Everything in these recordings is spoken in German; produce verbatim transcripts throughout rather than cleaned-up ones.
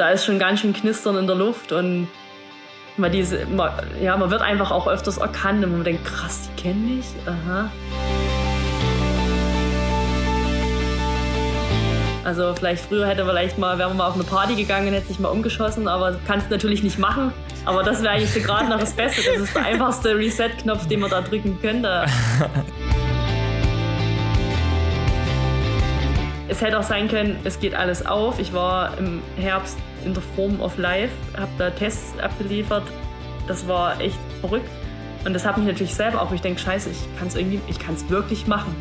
da ist schon ganz schön Knistern in der Luft und man, diese, man, ja, man wird einfach auch öfters erkannt und man denkt, krass, die kennen mich, aha. Also vielleicht früher hätte vielleicht mal, wäre man mal auf eine Party gegangen und hätte sich mal umgeschossen, aber kannst natürlich nicht machen. Aber das wäre eigentlich so gerade noch das Beste. Das ist der einfachste Reset-Knopf, den man da drücken könnte. Es hätte auch sein können, es geht alles auf. Ich war im Herbst in der Form of Life, habe da Tests abgeliefert. Das war echt verrückt. Und das hat mich natürlich selber auch, wo ich denke, scheiße, ich kann es irgendwie, ich kann es wirklich machen.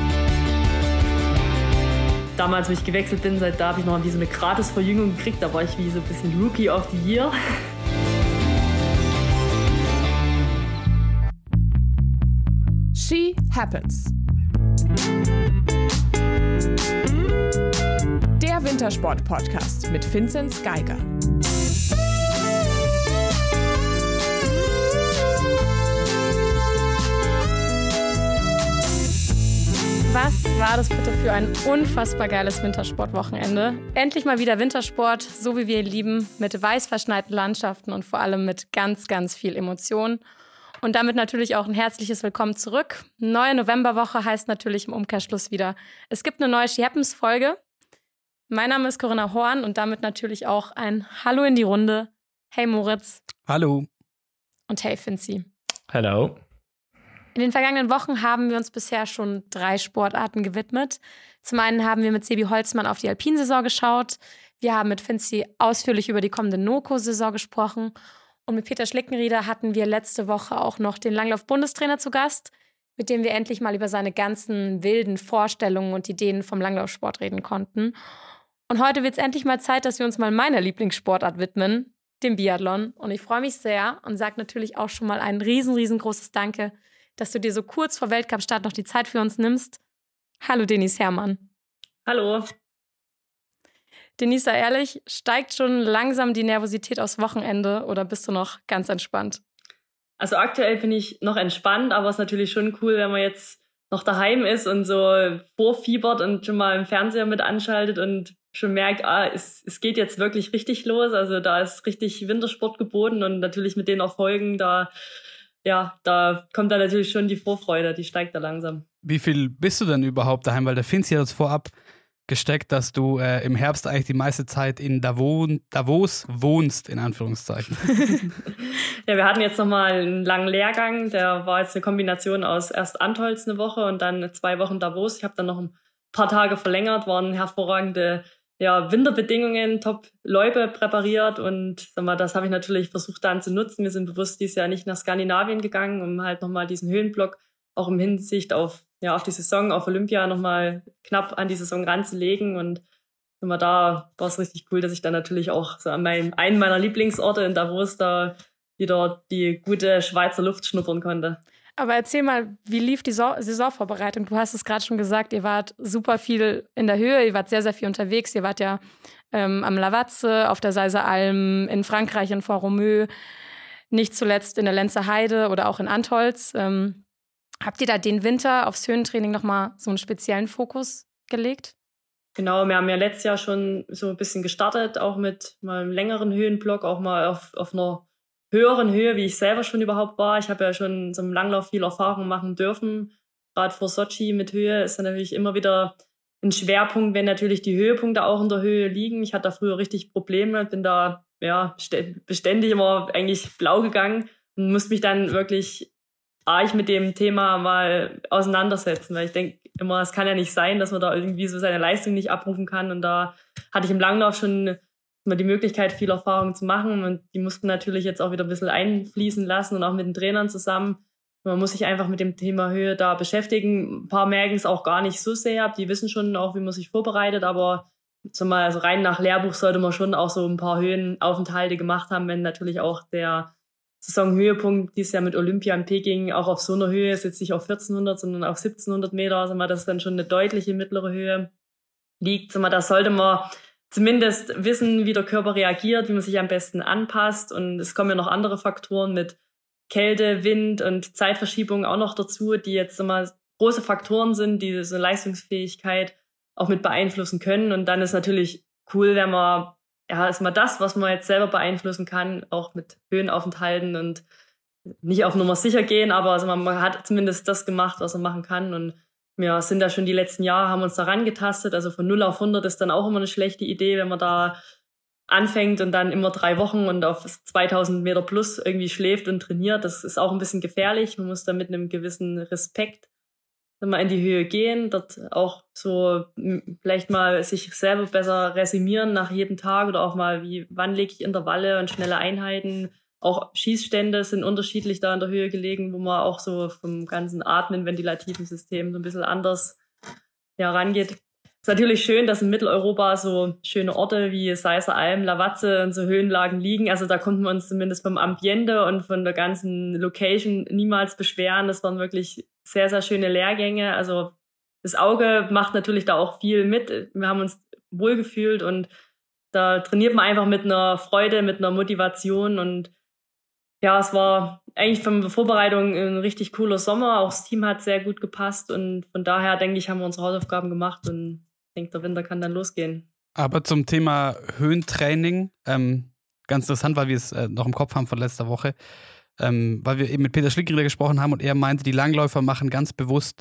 Damals, als ich gewechselt bin, seit da habe ich noch so eine Gratis-Verjüngung gekriegt. Da war ich wie so ein bisschen Rookie of the Year. She Happens. Der Wintersport-Podcast mit Vinzenz Geiger. Was war das bitte für ein unfassbar geiles Wintersportwochenende? Endlich mal wieder Wintersport, so wie wir ihn lieben, mit weiß verschneiten Landschaften und vor allem mit ganz, ganz viel Emotion. Und damit natürlich auch ein herzliches Willkommen zurück. Neue Novemberwoche heißt natürlich im Umkehrschluss wieder, es gibt eine neue She Happens-Folge. Mein Name ist Corinna Horn und damit natürlich auch ein Hallo in die Runde. Hey Moritz. Hallo. Und hey Finzi. Hallo. In den vergangenen Wochen haben wir uns bisher schon drei Sportarten gewidmet. Zum einen haben wir mit Sebi Holzmann auf die Alpinsaison geschaut. Wir haben mit Finzi ausführlich über die kommende NOKO-Saison gesprochen. Und mit Peter Schlickenrieder hatten wir letzte Woche auch noch den Langlauf-Bundestrainer zu Gast, mit dem wir endlich mal über seine ganzen wilden Vorstellungen und Ideen vom Langlaufsport reden konnten. Und heute wird es endlich mal Zeit, dass wir uns mal meiner Lieblingssportart widmen, dem Biathlon. Und ich freue mich sehr und sage natürlich auch schon mal ein riesen, riesengroßes Danke, dass du dir so kurz vor Weltcup-Start noch die Zeit für uns nimmst. Hallo Denise Herrmann. Hallo. Denise, sei ehrlich, steigt schon langsam die Nervosität aufs Wochenende oder bist du noch ganz entspannt? Also aktuell bin ich noch entspannt, aber es ist natürlich schon cool, wenn man jetzt noch daheim ist und so vorfiebert und schon mal im Fernseher mit anschaltet und schon merkt, ah, es, es geht jetzt wirklich richtig los. Also da ist richtig Wintersport geboten und natürlich mit den Erfolgen, da, ja, da kommt da natürlich schon die Vorfreude, die steigt da langsam. Wie viel bist du denn überhaupt daheim? Weil der Finzi hat uns vorab gesteckt, dass du äh, im Herbst eigentlich die meiste Zeit in Davos, Davos wohnst, in Anführungszeichen. Ja, wir hatten jetzt nochmal einen langen Lehrgang, der war jetzt eine Kombination aus erst Antholz eine Woche und dann zwei Wochen Davos. Ich habe dann noch ein paar Tage verlängert, waren hervorragende ja, Winterbedingungen, top Loipe präpariert und sag mal, das habe ich natürlich versucht dann zu nutzen. Wir sind bewusst dieses Jahr nicht nach Skandinavien gegangen, um halt nochmal diesen Höhenblock auch im Hinsicht auf ja auf die Saison, auf Olympia nochmal knapp an die Saison ranzulegen und immer da war es richtig cool, dass ich dann natürlich auch so an meinem, einen meiner Lieblingsorte in Davos da wieder die gute Schweizer Luft schnuppern konnte. Aber erzähl mal, wie lief die so- Saisonvorbereitung? Du hast es gerade schon gesagt, ihr wart super viel in der Höhe, ihr wart sehr, sehr viel unterwegs. Ihr wart ja ähm, am Lavazze, auf der Seiser Alm, in Frankreich, in Fort-Romeu, nicht zuletzt in der Lenzer Heide oder auch in Antholz. Ähm, habt ihr da den Winter aufs Höhentraining nochmal so einen speziellen Fokus gelegt? Genau, wir haben ja letztes Jahr schon so ein bisschen gestartet, auch mit mal einem längeren Höhenblock, auch mal auf, auf einer höheren Höhe, wie ich selber schon überhaupt war. Ich habe ja schon so im Langlauf viel Erfahrung machen dürfen. Gerade vor Sochi mit Höhe ist dann natürlich immer wieder ein Schwerpunkt, wenn natürlich die Höhepunkte auch in der Höhe liegen. Ich hatte da früher richtig Probleme, bin da ja beständig immer eigentlich blau gegangen und musste mich dann wirklich arg mit dem Thema mal auseinandersetzen, weil ich denke immer, es kann ja nicht sein, dass man da irgendwie so seine Leistung nicht abrufen kann und da hatte ich im Langlauf schon mal die Möglichkeit, viel Erfahrung zu machen und die mussten natürlich jetzt auch wieder ein bisschen einfließen lassen und auch mit den Trainern zusammen. Man muss sich einfach mit dem Thema Höhe da beschäftigen. Ein paar merken es auch gar nicht so sehr, die wissen schon auch, wie man sich vorbereitet, aber so mal, also rein nach Lehrbuch sollte man schon auch so ein paar Höhenaufenthalte gemacht haben, wenn natürlich auch der Saisonhöhepunkt dieses Jahr mit Olympia in Peking auch auf so einer Höhe ist, jetzt nicht auf vierzehnhundert, sondern auf siebzehnhundert Meter, also mal, das dann schon eine deutliche mittlere Höhe liegt. Also mal, da sollte man zumindest wissen, wie der Körper reagiert, wie man sich am besten anpasst. Und es kommen ja noch andere Faktoren mit Kälte, Wind und Zeitverschiebung auch noch dazu, die jetzt immer große Faktoren sind, die so Leistungsfähigkeit auch mit beeinflussen können. Und dann ist natürlich cool, wenn man ja, ist mal das, was man jetzt selber beeinflussen kann, auch mit Höhenaufenthalten und nicht auf Nummer sicher gehen, aber also man, man hat zumindest das gemacht, was er machen kann. Und wir sind da schon die letzten Jahre, haben uns da rangetastet. Also von null auf hundert ist dann auch immer eine schlechte Idee, wenn man da anfängt und dann immer drei Wochen und auf zweitausend Meter plus irgendwie schläft und trainiert. Das ist auch ein bisschen gefährlich. Man muss da mit einem gewissen Respekt mal in die Höhe gehen, dort auch so vielleicht mal sich selber besser resümieren nach jedem Tag oder auch mal, wie wann lege ich Intervalle und schnelle Einheiten. Auch Schießstände sind unterschiedlich da in der Höhe gelegen, wo man auch so vom ganzen Atmen, ventilativen System so ein bisschen anders ja, rangeht. Ist natürlich schön, dass in Mitteleuropa so schöne Orte wie Seisser Alm, Lavatze und so Höhenlagen liegen. Also da konnten wir uns zumindest vom Ambiente und von der ganzen Location niemals beschweren. Das waren wirklich sehr, sehr schöne Lehrgänge. Also das Auge macht natürlich da auch viel mit. Wir haben uns wohlgefühlt und da trainiert man einfach mit einer Freude, mit einer Motivation. Und ja, es war eigentlich von der Vorbereitung ein richtig cooler Sommer. Auch das Team hat sehr gut gepasst und von daher, denke ich, haben wir unsere Hausaufgaben gemacht und ich denke, der Winter kann dann losgehen. Aber zum Thema Höhentraining, ähm, ganz interessant, weil wir es äh, noch im Kopf haben von letzter Woche, ähm, weil wir eben mit Peter Schlickrieder gesprochen haben und er meinte, die Langläufer machen ganz bewusst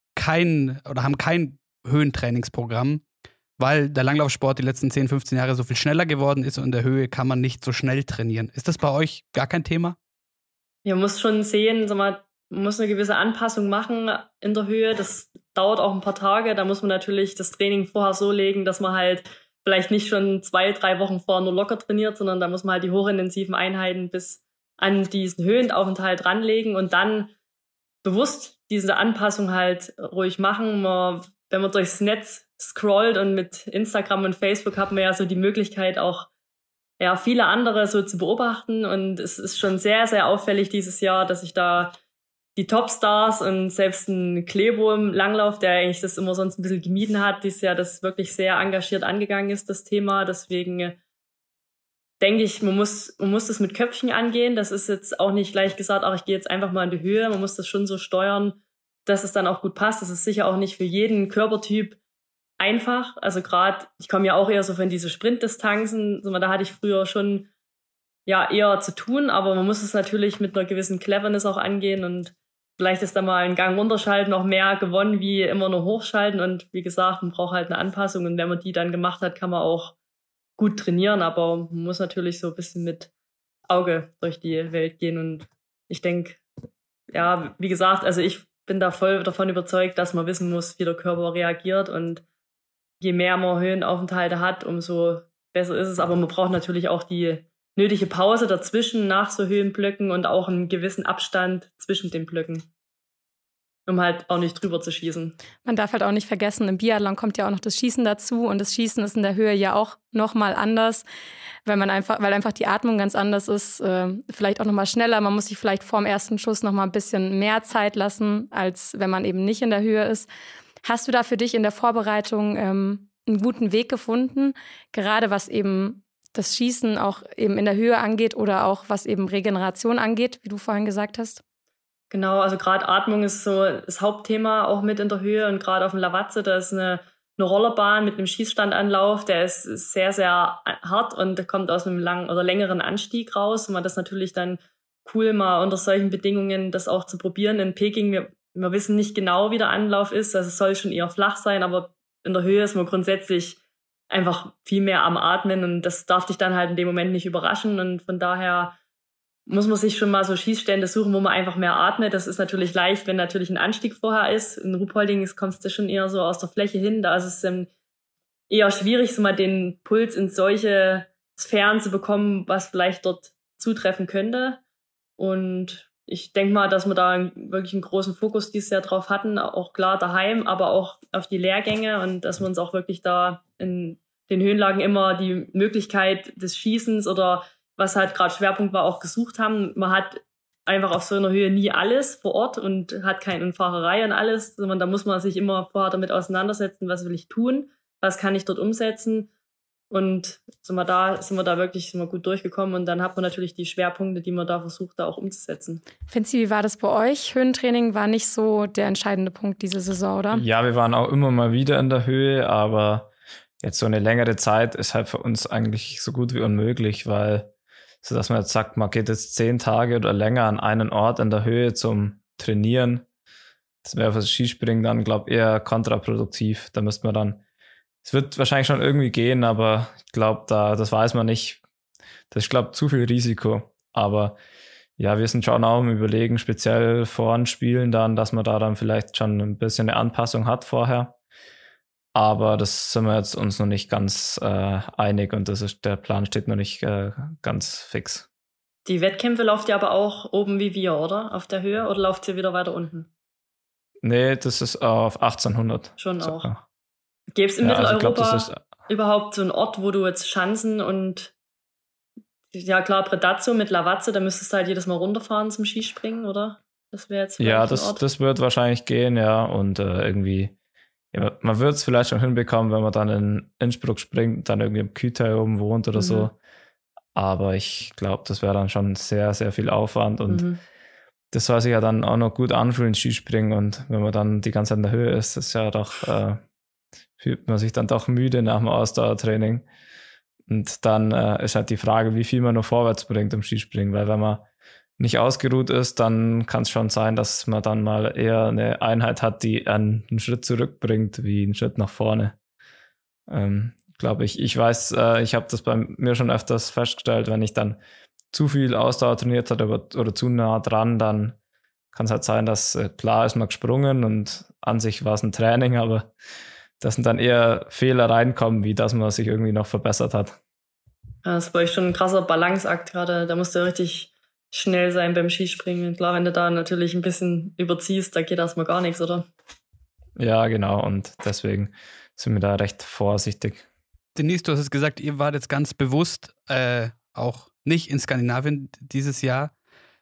kein oder haben kein Höhentrainingsprogramm, weil der Langlaufsport die letzten zehn, fünfzehn Jahre so viel schneller geworden ist und in der Höhe kann man nicht so schnell trainieren. Ist das bei euch gar kein Thema? Ja, man muss schon sehen, sag mal, man muss eine gewisse Anpassung machen in der Höhe. Das dauert auch ein paar Tage. Da muss man natürlich das Training vorher so legen, dass man halt vielleicht nicht schon zwei, drei Wochen vorher nur locker trainiert, sondern da muss man halt die hochintensiven Einheiten bis an diesen Höhenaufenthalt ranlegen und dann bewusst diese Anpassung halt ruhig machen. Man, wenn man durchs Netz scrollt und mit Instagram und Facebook hat man ja so die Möglichkeit auch ja viele andere so zu beobachten und es ist schon sehr, sehr auffällig dieses Jahr, dass ich da die Topstars und selbst ein Klebo im Langlauf, der eigentlich das immer sonst ein bisschen gemieden hat, dieses Jahr das wirklich sehr engagiert angegangen ist, das Thema. Deswegen denke ich, man muss, man muss das mit Köpfchen angehen. Das ist jetzt auch nicht gleich gesagt, ach, ich gehe jetzt einfach mal in die Höhe. Man muss das schon so steuern, dass es dann auch gut passt. Das ist sicher auch nicht für jeden Körpertyp einfach. Also gerade, ich komme ja auch eher so von diese Sprintdistanzen. Also da hatte ich früher schon ja eher zu tun, aber man muss es natürlich mit einer gewissen Cleverness auch angehen und vielleicht ist da mal ein Gang runterschalten noch mehr gewonnen wie immer nur hochschalten und wie gesagt, man braucht halt eine Anpassung und wenn man die dann gemacht hat, kann man auch gut trainieren, aber man muss natürlich so ein bisschen mit Auge durch die Welt gehen und ich denke, ja, wie gesagt, also ich bin da voll davon überzeugt, dass man wissen muss, wie der Körper reagiert und je mehr man Höhenaufenthalte hat, umso besser ist es, aber man braucht natürlich auch die nötige Pause dazwischen nach so Höhenblöcken und auch einen gewissen Abstand zwischen den Blöcken, um halt auch nicht drüber zu schießen. Man darf halt auch nicht vergessen, im Biathlon kommt ja auch noch das Schießen dazu und das Schießen ist in der Höhe ja auch nochmal anders, weil man einfach, weil einfach die Atmung ganz anders ist, äh, vielleicht auch nochmal schneller. Man muss sich vielleicht vorm ersten Schuss nochmal ein bisschen mehr Zeit lassen, als wenn man eben nicht in der Höhe ist. Hast du da für dich in der Vorbereitung ähm, einen guten Weg gefunden, gerade was eben das Schießen auch eben in der Höhe angeht oder auch was eben Regeneration angeht, wie du vorhin gesagt hast? Genau, also gerade Atmung ist so das Hauptthema auch mit in der Höhe und gerade auf dem Lavatze, da ist eine, eine Rollerbahn mit einem Schießstandanlauf, der ist sehr, sehr hart und kommt aus einem langen oder längeren Anstieg raus und man das natürlich dann cool mal unter solchen Bedingungen das auch zu probieren. In Peking, wir, wir wissen nicht genau, wie der Anlauf ist, also es soll schon eher flach sein, aber in der Höhe ist man grundsätzlich einfach viel mehr am Atmen und das darf dich dann halt in dem Moment nicht überraschen und von daher muss man sich schon mal so Schießstände suchen, wo man einfach mehr atmet. Das ist natürlich leicht, wenn natürlich ein Anstieg vorher ist. In Ruhpolding kommst du schon eher so aus der Fläche hin, da ist es ähm, eher schwierig, so mal den Puls in solche Sphären zu bekommen, was vielleicht dort zutreffen könnte und ich denke mal, dass wir da wirklich einen großen Fokus dieses Jahr drauf hatten, auch klar daheim, aber auch auf die Lehrgänge und dass wir uns auch wirklich da in den Höhenlagen immer die Möglichkeit des Schießens oder was halt gerade Schwerpunkt war, auch gesucht haben. Man hat einfach auf so einer Höhe nie alles vor Ort und hat keine Fahrerei und alles, sondern da muss man sich immer vorher damit auseinandersetzen, was will ich tun, was kann ich dort umsetzen. Und sind wir da, sind wir da wirklich sind wir gut durchgekommen. Und dann hat man natürlich die Schwerpunkte, die man da versucht, da auch umzusetzen. Finzi, wie war das bei euch? Höhentraining war nicht so der entscheidende Punkt diese Saison, oder? Ja, wir waren auch immer mal wieder in der Höhe, aber jetzt so eine längere Zeit ist halt für uns eigentlich so gut wie unmöglich, weil so dass man jetzt sagt, man geht jetzt zehn Tage oder länger an einen Ort in der Höhe zum Trainieren. Das wäre für das Skispringen dann, glaube ich, eher kontraproduktiv. Da müsste man dann, es wird wahrscheinlich schon irgendwie gehen, aber ich glaube, da, das weiß man nicht. Das ist, glaube ich, zu viel Risiko. Aber ja, wir sind schon auch im Überlegen, speziell vor Spielen dann, dass man da dann vielleicht schon ein bisschen eine Anpassung hat vorher. Aber das sind wir jetzt uns noch nicht ganz äh, einig und das ist, der Plan steht noch nicht äh, ganz fix. Die Wettkämpfe lauft ihr aber auch oben wie wir, oder? Auf der Höhe oder lauft ihr wieder weiter unten? Nee, das ist auf achtzehnhundert. Schon so, auch. ja. Gäbe es in Ja, also Mitteleuropa ich glaub, das ist, überhaupt so einen Ort, wo du jetzt Schanzen und ja klar, Predazzo mit Lavazzo, da müsstest du halt jedes Mal runterfahren zum Skispringen, oder? Das wäre jetzt ja, ein das, Ort. das wird wahrscheinlich gehen, ja. Und äh, irgendwie, ja, man wird es vielleicht schon hinbekommen, wenn man dann in Innsbruck springt, dann irgendwie im Kühlteil oben wohnt oder Mhm. so. Aber ich glaube, das wäre dann schon sehr, sehr viel Aufwand und Mhm. das soll sich ja dann auch noch gut anfühlen, Skispringen. Und wenn man dann die ganze Zeit in der Höhe ist, ist ja doch, äh, fühlt man sich dann doch müde nach dem Ausdauertraining. Und dann äh, ist halt die Frage, wie viel man noch vorwärts bringt im Skispringen. Weil wenn man nicht ausgeruht ist, dann kann es schon sein, dass man dann mal eher eine Einheit hat, die einen, einen Schritt zurückbringt, wie einen Schritt nach vorne. Ähm, glaube ich. Ich weiß, äh, ich habe das bei mir schon öfters festgestellt, wenn ich dann zu viel Ausdauer trainiert habe oder, oder zu nah dran, dann kann es halt sein, dass äh, klar ist man gesprungen und an sich war es ein Training, aber dass dann eher Fehler reinkommen, wie dass man sich irgendwie noch verbessert hat. Ja, das war echt schon ein krasser Balanceakt gerade. Da musst du richtig schnell sein beim Skispringen. Klar, wenn du da natürlich ein bisschen überziehst, da geht erstmal gar nichts, oder? Ja, genau. Und deswegen sind wir da recht vorsichtig. Denise, du hast es gesagt, ihr wart jetzt ganz bewusst äh, auch nicht in Skandinavien dieses Jahr.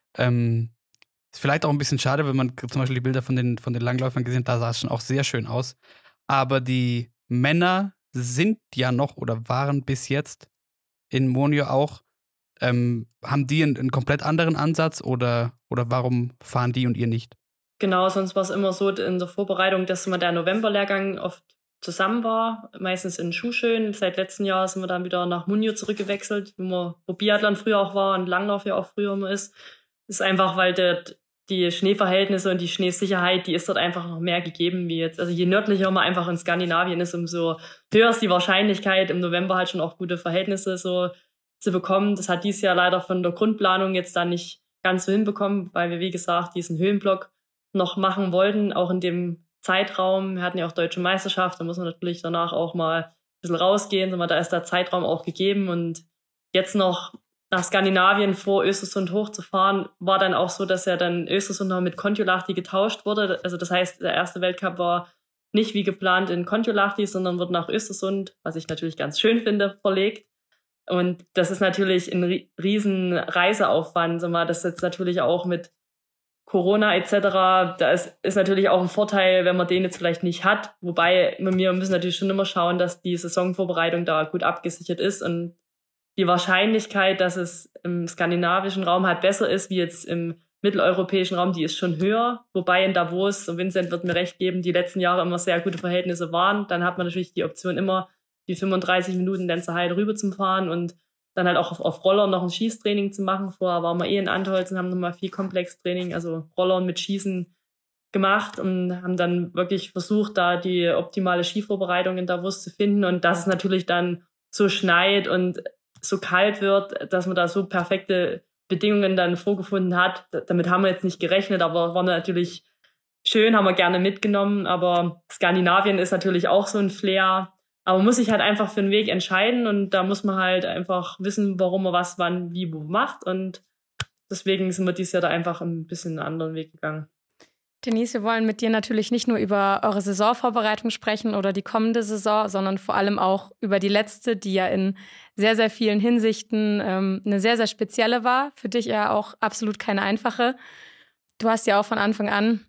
Ähm, ist vielleicht auch ein bisschen schade, wenn man zum Beispiel die Bilder von den, von den Langläufern gesehen hat, da sah es schon auch sehr schön aus. Aber die Männer sind ja noch oder waren bis jetzt in Muonio auch. Ähm, haben die einen, einen komplett anderen Ansatz oder, oder warum fahren die und ihr nicht? Genau, sonst war es immer so in der Vorbereitung, dass immer der Novemberlehrgang oft zusammen war, meistens in Schuschön. Seit letztem Jahr sind wir dann wieder nach Muonio zurückgewechselt, wo, wir, wo Biathlon früher auch war und Langlauf ja auch früher immer ist. Das ist einfach, weil dort die Schneeverhältnisse und die Schneesicherheit, die ist dort einfach noch mehr gegeben wie jetzt. Also je nördlicher man einfach in Skandinavien ist, umso höher ist die Wahrscheinlichkeit, im November halt schon auch gute Verhältnisse so zu bekommen. Das hat dieses Jahr leider von der Grundplanung jetzt dann nicht ganz so hinbekommen, weil wir, wie gesagt, diesen Höhenblock noch machen wollten, auch in dem Zeitraum. Wir hatten ja auch Deutsche Meisterschaft, da muss man natürlich danach auch mal ein bisschen rausgehen, da ist der Zeitraum auch gegeben und jetzt noch nach Skandinavien vor Östersund hochzufahren, war dann auch so, dass ja dann Östersund noch mit Kontiolahti getauscht wurde. Also das heißt, der erste Weltcup war nicht wie geplant in Kontiolahti, sondern wurde nach Östersund, was ich natürlich ganz schön finde, verlegt. Und das ist natürlich ein riesen Reiseaufwand. Das ist jetzt natürlich auch mit Corona et cetera. Da ist, ist natürlich auch ein Vorteil, wenn man den jetzt vielleicht nicht hat. Wobei wir müssen natürlich schon immer schauen, dass die Saisonvorbereitung da gut abgesichert ist und die Wahrscheinlichkeit, dass es im skandinavischen Raum halt besser ist, wie jetzt im mitteleuropäischen Raum, die ist schon höher. Wobei in Davos, und Vincent wird mir recht geben, die letzten Jahre immer sehr gute Verhältnisse waren. Dann hat man natürlich die Option immer, die fünfunddreißig Minuten dann zur Heide rüber zu fahren und dann halt auch auf, auf Roller noch ein Schießtraining zu machen. Vorher waren wir eh in Antholz und haben nochmal viel Komplextraining, also Rollern mit Schießen gemacht und haben dann wirklich versucht, da die optimale Skivorbereitung in Davos zu finden. Und dass es natürlich dann so schneit und so kalt wird, dass man da so perfekte Bedingungen dann vorgefunden hat. Damit haben wir jetzt nicht gerechnet, aber war natürlich schön, haben wir gerne mitgenommen. Aber Skandinavien ist natürlich auch so ein Flair. Aber man muss sich halt einfach für einen Weg entscheiden und da muss man halt einfach wissen, warum man was, wann, wie, wo macht. Und deswegen sind wir dieses Jahr da einfach ein bisschen einen anderen Weg gegangen. Denise, wir wollen mit dir natürlich nicht nur über eure Saisonvorbereitung sprechen oder die kommende Saison, sondern vor allem auch über die letzte, die ja in sehr, sehr vielen Hinsichten ähm, eine sehr, sehr spezielle war. Für dich ja auch absolut keine einfache. Du hast ja auch von Anfang an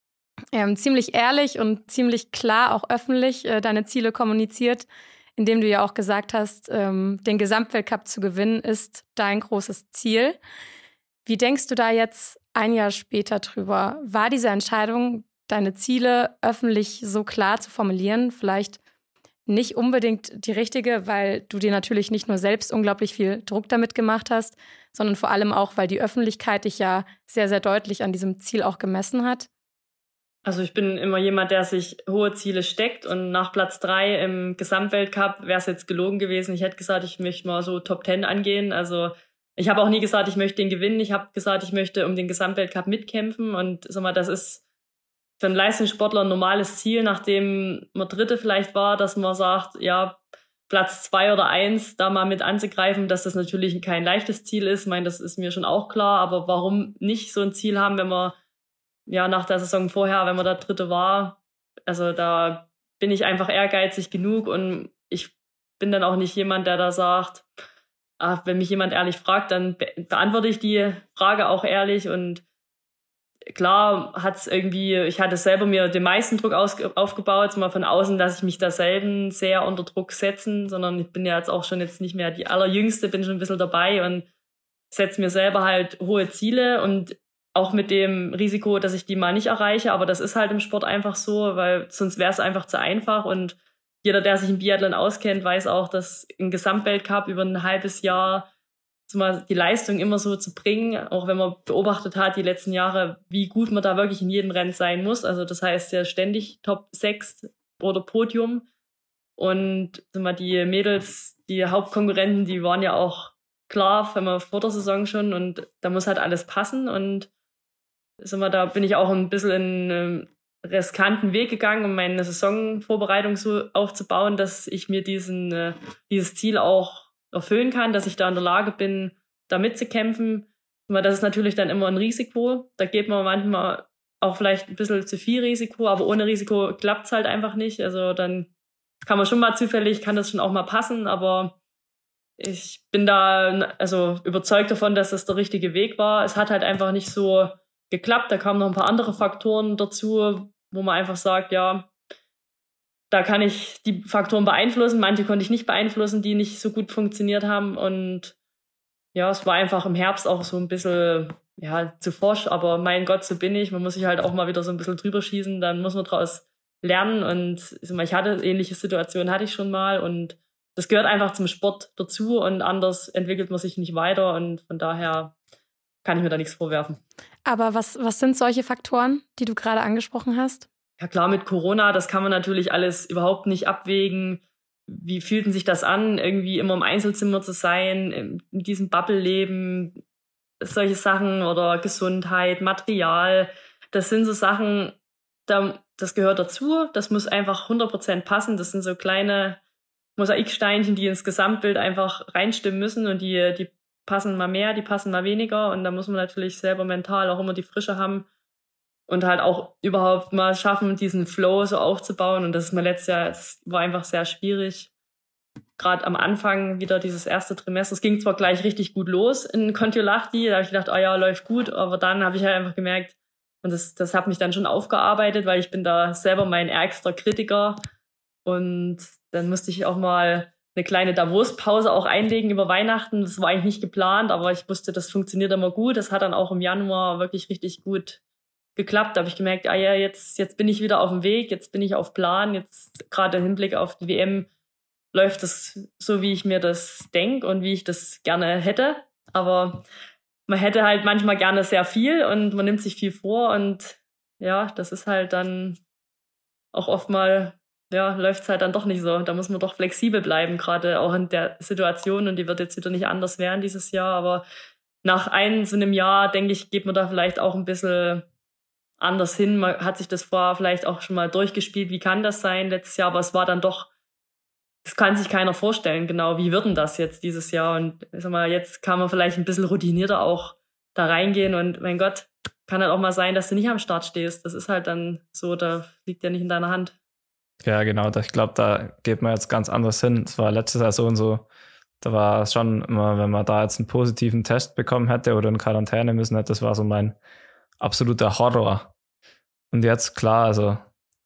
ähm, ziemlich ehrlich und ziemlich klar auch öffentlich äh, deine Ziele kommuniziert, indem du ja auch gesagt hast, ähm, den Gesamtweltcup zu gewinnen ist dein großes Ziel. Wie denkst du da jetzt ein Jahr später drüber? War diese Entscheidung, deine Ziele öffentlich so klar zu formulieren, vielleicht nicht unbedingt die richtige, weil du dir natürlich nicht nur selbst unglaublich viel Druck damit gemacht hast, sondern vor allem auch, weil die Öffentlichkeit dich ja sehr, sehr deutlich an diesem Ziel auch gemessen hat? Also ich bin immer jemand, der sich hohe Ziele steckt, und nach Platz drei im Gesamtweltcup wäre es jetzt gelogen gewesen. Ich hätte gesagt, ich möchte mal so Top Ten angehen. Also ich habe auch nie gesagt, ich möchte den gewinnen. Ich habe gesagt, ich möchte um den Gesamtweltcup mitkämpfen, und sag mal, das ist für einen Leistungssportler ein normales Ziel, nachdem man Dritte vielleicht war, dass man sagt, ja, Platz zwei oder eins da mal mit anzugreifen, dass das natürlich kein leichtes Ziel ist. Ich meine, das ist mir schon auch klar, aber warum nicht so ein Ziel haben, wenn man ja nach der Saison vorher, wenn man da Dritte war? Also da bin ich einfach ehrgeizig genug, und ich bin dann auch nicht jemand, der da sagt, ach, wenn mich jemand ehrlich fragt, dann be- beantworte ich die Frage auch ehrlich. Und klar hat's irgendwie, ich hatte selber mir den meisten Druck aus, aufgebaut, mal von außen, dass ich mich da selten sehr unter Druck setzen, sondern ich bin ja jetzt auch schon jetzt nicht mehr die Allerjüngste, bin schon ein bisschen dabei und setze mir selber halt hohe Ziele, und auch mit dem Risiko, dass ich die mal nicht erreiche. Aber das ist halt im Sport einfach so, weil sonst wäre es einfach zu einfach. Und jeder, der sich im Biathlon auskennt, weiß auch, dass ein Gesamtweltcup über ein halbes Jahr die Leistung immer so zu bringen, auch wenn man beobachtet hat die letzten Jahre, wie gut man da wirklich in jedem Rennen sein muss. Also das heißt ja ständig Top sechs oder Podium. Und die Mädels, die Hauptkonkurrenten, die waren ja auch klar, wenn man vor der Saison schon, und da muss halt alles passen. Und da bin ich auch ein bisschen in einen riskanten Weg gegangen, um meine Saisonvorbereitung so aufzubauen, dass ich mir diesen dieses Ziel auch erfüllen kann, dass ich da in der Lage bin, da mitzukämpfen. Aber das ist natürlich dann immer ein Risiko. Da geht man manchmal auch vielleicht ein bisschen zu viel Risiko, aber ohne Risiko klappt es halt einfach nicht. Also dann kann man schon mal zufällig, kann das schon auch mal passen, aber ich bin da also überzeugt davon, dass das der richtige Weg war. Es hat halt einfach nicht so geklappt. Da kamen noch ein paar andere Faktoren dazu, wo man einfach sagt, ja, da kann ich die Faktoren beeinflussen. Manche konnte ich nicht beeinflussen, die nicht so gut funktioniert haben. Und ja, es war einfach im Herbst auch so ein bisschen ja, zu forsch. Aber mein Gott, so bin ich. Man muss sich halt auch mal wieder so ein bisschen drüber schießen. Dann muss man daraus lernen. Und ich hatte ähnliche Situationen, hatte ich schon mal. Und das gehört einfach zum Sport dazu. Und anders entwickelt man sich nicht weiter. Und von daher kann ich mir da nichts vorwerfen. Aber was, was sind solche Faktoren, die du gerade angesprochen hast? Ja klar, mit Corona, das kann man natürlich alles überhaupt nicht abwägen. Wie fühlt sich das an, irgendwie immer im Einzelzimmer zu sein, in diesem Bubble-Leben, solche Sachen, oder Gesundheit, Material. Das sind so Sachen, das gehört dazu. Das muss einfach hundert Prozent passen. Das sind so kleine Mosaiksteinchen, die ins Gesamtbild einfach reinstimmen müssen, und die, die passen mal mehr, die passen mal weniger. Und da muss man natürlich selber mental auch immer die Frische haben und halt auch überhaupt mal schaffen, diesen Flow so aufzubauen. Und das ist mir letztes Jahr, es war einfach sehr schwierig. Gerade am Anfang wieder dieses erste Trimester. Es ging zwar gleich richtig gut los in Kontiolahti, da habe ich gedacht, oh ja, läuft gut. Aber dann habe ich halt einfach gemerkt, und das, das hat mich dann schon aufgearbeitet, weil ich bin da selber mein ärgster Kritiker. Und dann musste ich auch mal eine kleine Davos-Pause auch einlegen über Weihnachten. Das war eigentlich nicht geplant, aber ich wusste, das funktioniert immer gut. Das hat dann auch im Januar wirklich richtig gut geklappt. Da habe ich gemerkt, ah ja, jetzt, jetzt bin ich wieder auf dem Weg, jetzt bin ich auf Plan. Jetzt gerade im Hinblick auf die W M läuft das so, wie ich mir das denke und wie ich das gerne hätte. Aber man hätte halt manchmal gerne sehr viel und man nimmt sich viel vor, und ja, das ist halt dann auch oft mal, ja, läuft es halt dann doch nicht so. Da muss man doch flexibel bleiben, gerade auch in der Situation, und die wird jetzt wieder nicht anders werden dieses Jahr. Aber nach einem so einem Jahr, denke ich, geht man da vielleicht auch ein bisschen anders hin. Man hat sich das vorher vielleicht auch schon mal durchgespielt, wie kann das sein letztes Jahr, aber es war dann doch, das kann sich keiner vorstellen, genau, wie wird denn das jetzt dieses Jahr? Und ich sag mal, jetzt kann man vielleicht ein bisschen routinierter auch da reingehen, und mein Gott, kann halt auch mal sein, dass du nicht am Start stehst. Das ist halt dann so, da liegt ja nicht in deiner Hand. Ja, genau, ich glaube, da geht man jetzt ganz anders hin. Es war letzte Saison so, da war es schon immer, wenn man da jetzt einen positiven Test bekommen hätte oder in Quarantäne müssen hätte, das war so mein absoluter Horror. Und jetzt, klar, also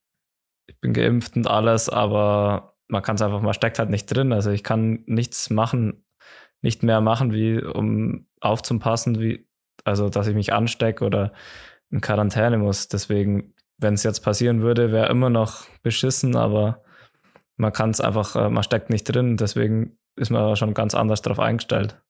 ich bin geimpft und alles, aber man kann es einfach, man steckt halt nicht drin. Also ich kann nichts machen, nicht mehr machen, wie um aufzupassen, wie, also dass ich mich anstecke oder in Quarantäne muss. Deswegen, wenn es jetzt passieren würde, wäre immer noch beschissen, aber man kann es einfach, äh, man steckt nicht drin, deswegen ist man schon ganz anders darauf eingestellt.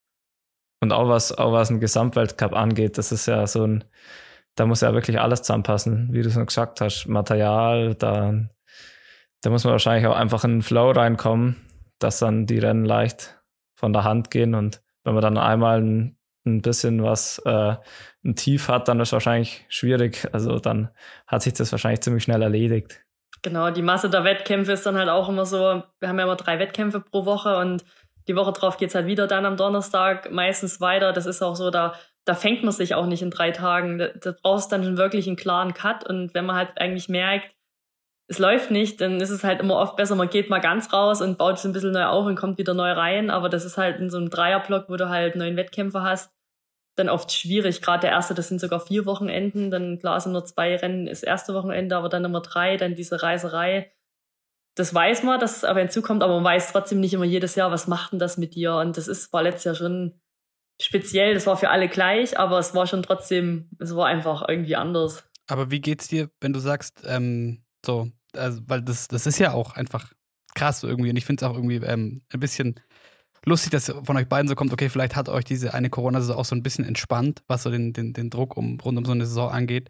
Und auch was, auch was einen Gesamtweltcup angeht, das ist ja so ein, da muss ja wirklich alles zusammenpassen, wie du schon gesagt hast, Material, da, da muss man wahrscheinlich auch einfach in den Flow reinkommen, dass dann die Rennen leicht von der Hand gehen und wenn man dann einmal ein, ein bisschen was, äh, ein Tief hat, dann ist es wahrscheinlich schwierig, also dann hat sich das wahrscheinlich ziemlich schnell erledigt. Genau, die Masse der Wettkämpfe ist dann halt auch immer so, wir haben ja immer drei Wettkämpfe pro Woche und die Woche drauf geht's halt wieder dann am Donnerstag meistens weiter. Das ist auch so, da, da fängt man sich auch nicht in drei Tagen. Da, da brauchst du dann schon wirklich einen klaren Cut. Und wenn man halt eigentlich merkt, es läuft nicht, dann ist es halt immer oft besser, man geht mal ganz raus und baut es ein bisschen neu auf und kommt wieder neu rein. Aber das ist halt in so einem Dreierblock, wo du halt neun Wettkämpfe hast, dann oft schwierig. Gerade der erste, das sind sogar vier Wochenenden. Dann klar sind nur zwei Rennen, das erste Wochenende, aber dann immer drei, dann diese Reiserei. Das weiß man, dass es aber hinzukommt, aber man weiß trotzdem nicht immer jedes Jahr, was macht denn das mit dir? Und das ist, war letztes Jahr schon speziell, das war für alle gleich, aber es war schon trotzdem, es war einfach irgendwie anders. Aber wie geht's dir, wenn du sagst, ähm, so, also, weil das, das ist ja auch einfach krass irgendwie und ich finde es auch irgendwie ähm, ein bisschen lustig, dass von euch beiden so kommt, okay, vielleicht hat euch diese eine Corona-Saison auch so ein bisschen entspannt, was so den, den, den Druck um, rund um so eine Saison angeht.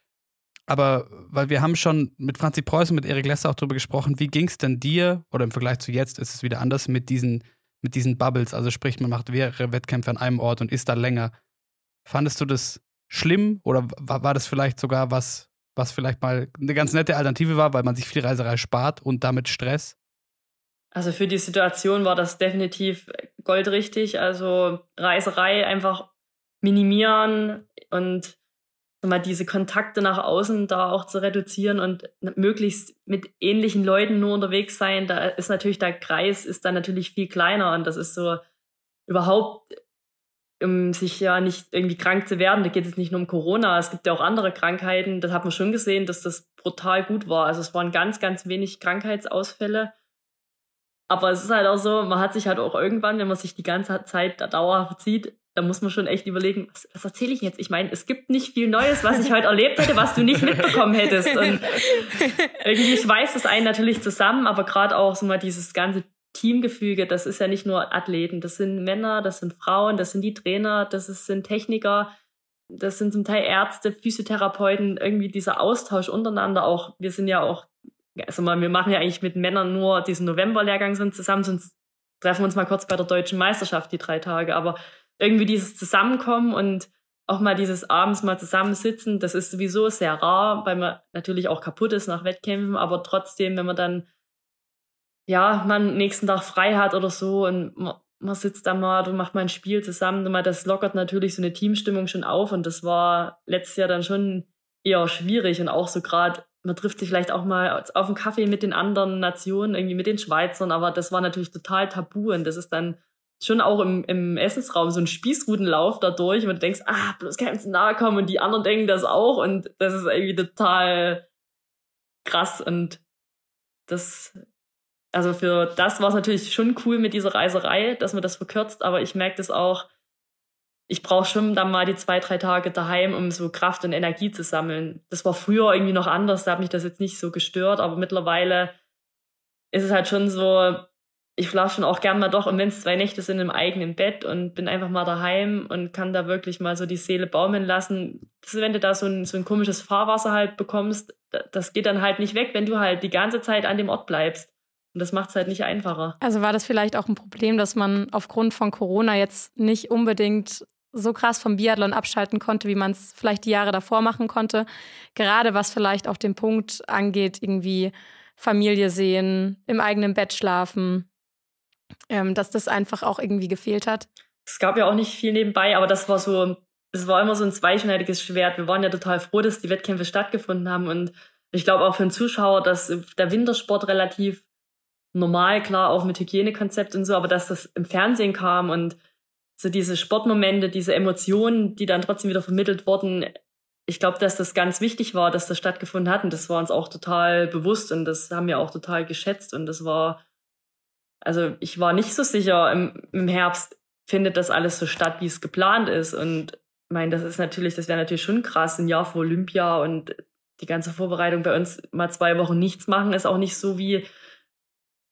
Aber, weil wir haben schon mit Franzi Preuß und mit Erik Lesser auch drüber gesprochen, wie ging es denn dir, oder im Vergleich zu jetzt ist es wieder anders, mit diesen, mit diesen Bubbles, also sprich, man macht mehrere Wettkämpfe an einem Ort und ist da länger. Fandest du das schlimm oder war, war das vielleicht sogar was, was vielleicht mal eine ganz nette Alternative war, weil man sich viel Reiserei spart und damit Stress? Also für die Situation war das definitiv goldrichtig, also Reiserei einfach minimieren und mal diese Kontakte nach außen da auch zu reduzieren und möglichst mit ähnlichen Leuten nur unterwegs sein, da ist natürlich der Kreis ist dann natürlich viel kleiner und das ist so überhaupt, um sich ja nicht irgendwie krank zu werden, da geht es nicht nur um Corona, es gibt ja auch andere Krankheiten, das hat man schon gesehen, dass das brutal gut war, also es waren ganz, ganz wenig Krankheitsausfälle, aber es ist halt auch so, man hat sich halt auch irgendwann, wenn man sich die ganze Zeit da dauerhaft sieht, da muss man schon echt überlegen, was, was erzähle ich jetzt? Ich meine, es gibt nicht viel Neues, was ich heute erlebt hätte, was du nicht mitbekommen hättest. Und irgendwie schweißt es einen natürlich zusammen, aber gerade auch so mal dieses ganze Teamgefüge, das ist ja nicht nur Athleten, das sind Männer, das sind Frauen, das sind die Trainer, das ist, sind Techniker, das sind zum Teil Ärzte, Physiotherapeuten, irgendwie dieser Austausch untereinander auch. Wir sind ja auch, also mal, wir machen ja eigentlich mit Männern nur diesen Novemberlehrgang so zusammen, sonst treffen wir uns mal kurz bei der Deutschen Meisterschaft die drei Tage, aber irgendwie dieses Zusammenkommen und auch mal dieses abends mal zusammensitzen, das ist sowieso sehr rar, weil man natürlich auch kaputt ist nach Wettkämpfen, aber trotzdem, wenn man dann, ja, man nächsten Tag frei hat oder so und man, man sitzt da mal, du macht mal ein Spiel zusammen, das lockert natürlich so eine Teamstimmung schon auf und das war letztes Jahr dann schon eher schwierig und auch so gerade, man trifft sich vielleicht auch mal auf einen Kaffee mit den anderen Nationen, irgendwie mit den Schweizern, aber das war natürlich total tabu und das ist dann schon auch im, im Essensraum so ein Spießrutenlauf dadurch, und du denkst, ah, bloß keinem zu nahe kommen und die anderen denken das auch und das ist irgendwie total krass und das, also für das war es natürlich schon cool mit dieser Reiserei, dass man das verkürzt, aber ich merke das auch, ich brauche schon dann mal die zwei, drei Tage daheim, um so Kraft und Energie zu sammeln. Das war früher irgendwie noch anders, da hat mich das jetzt nicht so gestört, aber mittlerweile ist es halt schon so, ich schlafe schon auch gern mal doch, und wenn es zwei Nächte sind, im eigenen Bett und bin einfach mal daheim und kann da wirklich mal so die Seele baumeln lassen. Das ist, wenn du da so ein, so ein komisches Fahrwasser halt bekommst, das geht dann halt nicht weg, wenn du halt die ganze Zeit an dem Ort bleibst. Und das macht es halt nicht einfacher. Also war das vielleicht auch ein Problem, dass man aufgrund von Corona jetzt nicht unbedingt so krass vom Biathlon abschalten konnte, wie man es vielleicht die Jahre davor machen konnte? Gerade was vielleicht auch den Punkt angeht, irgendwie Familie sehen, im eigenen Bett schlafen, ähm, dass das einfach auch irgendwie gefehlt hat. Es gab ja auch nicht viel nebenbei, aber das war so, es war immer so ein zweischneidiges Schwert. Wir waren ja total froh, dass die Wettkämpfe stattgefunden haben, und ich glaube auch für den Zuschauer, dass der Wintersport relativ normal, klar, auch mit Hygienekonzept und so, aber dass das im Fernsehen kam und so diese Sportmomente, diese Emotionen, die dann trotzdem wieder vermittelt wurden, ich glaube, dass das ganz wichtig war, dass das stattgefunden hat, und das war uns auch total bewusst und das haben wir auch total geschätzt, und das war, also ich war nicht so sicher im, im Herbst, findet das alles so statt, wie es geplant ist, und ich meine, das ist natürlich, das wäre natürlich schon krass, ein Jahr vor Olympia und die ganze Vorbereitung bei uns mal zwei Wochen nichts machen, ist auch nicht so wie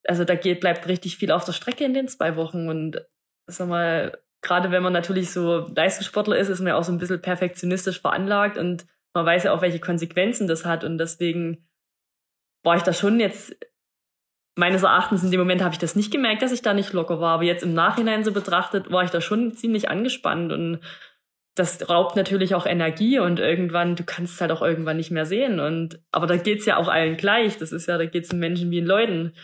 also da geht, bleibt richtig viel auf der Strecke in den zwei Wochen. Und sag mal, gerade wenn man natürlich so Leistungssportler ist, ist man ja auch so ein bisschen perfektionistisch veranlagt und man weiß ja auch, welche Konsequenzen das hat. Und deswegen war ich da schon jetzt, meines Erachtens in dem Moment habe ich das nicht gemerkt, dass ich da nicht locker war. Aber jetzt im Nachhinein so betrachtet, war ich da schon ziemlich angespannt. Und das raubt natürlich auch Energie und irgendwann, du kannst es halt auch irgendwann nicht mehr sehen. Und aber da geht's ja auch allen gleich. Das ist ja, da geht's den Menschen wie den Leuten.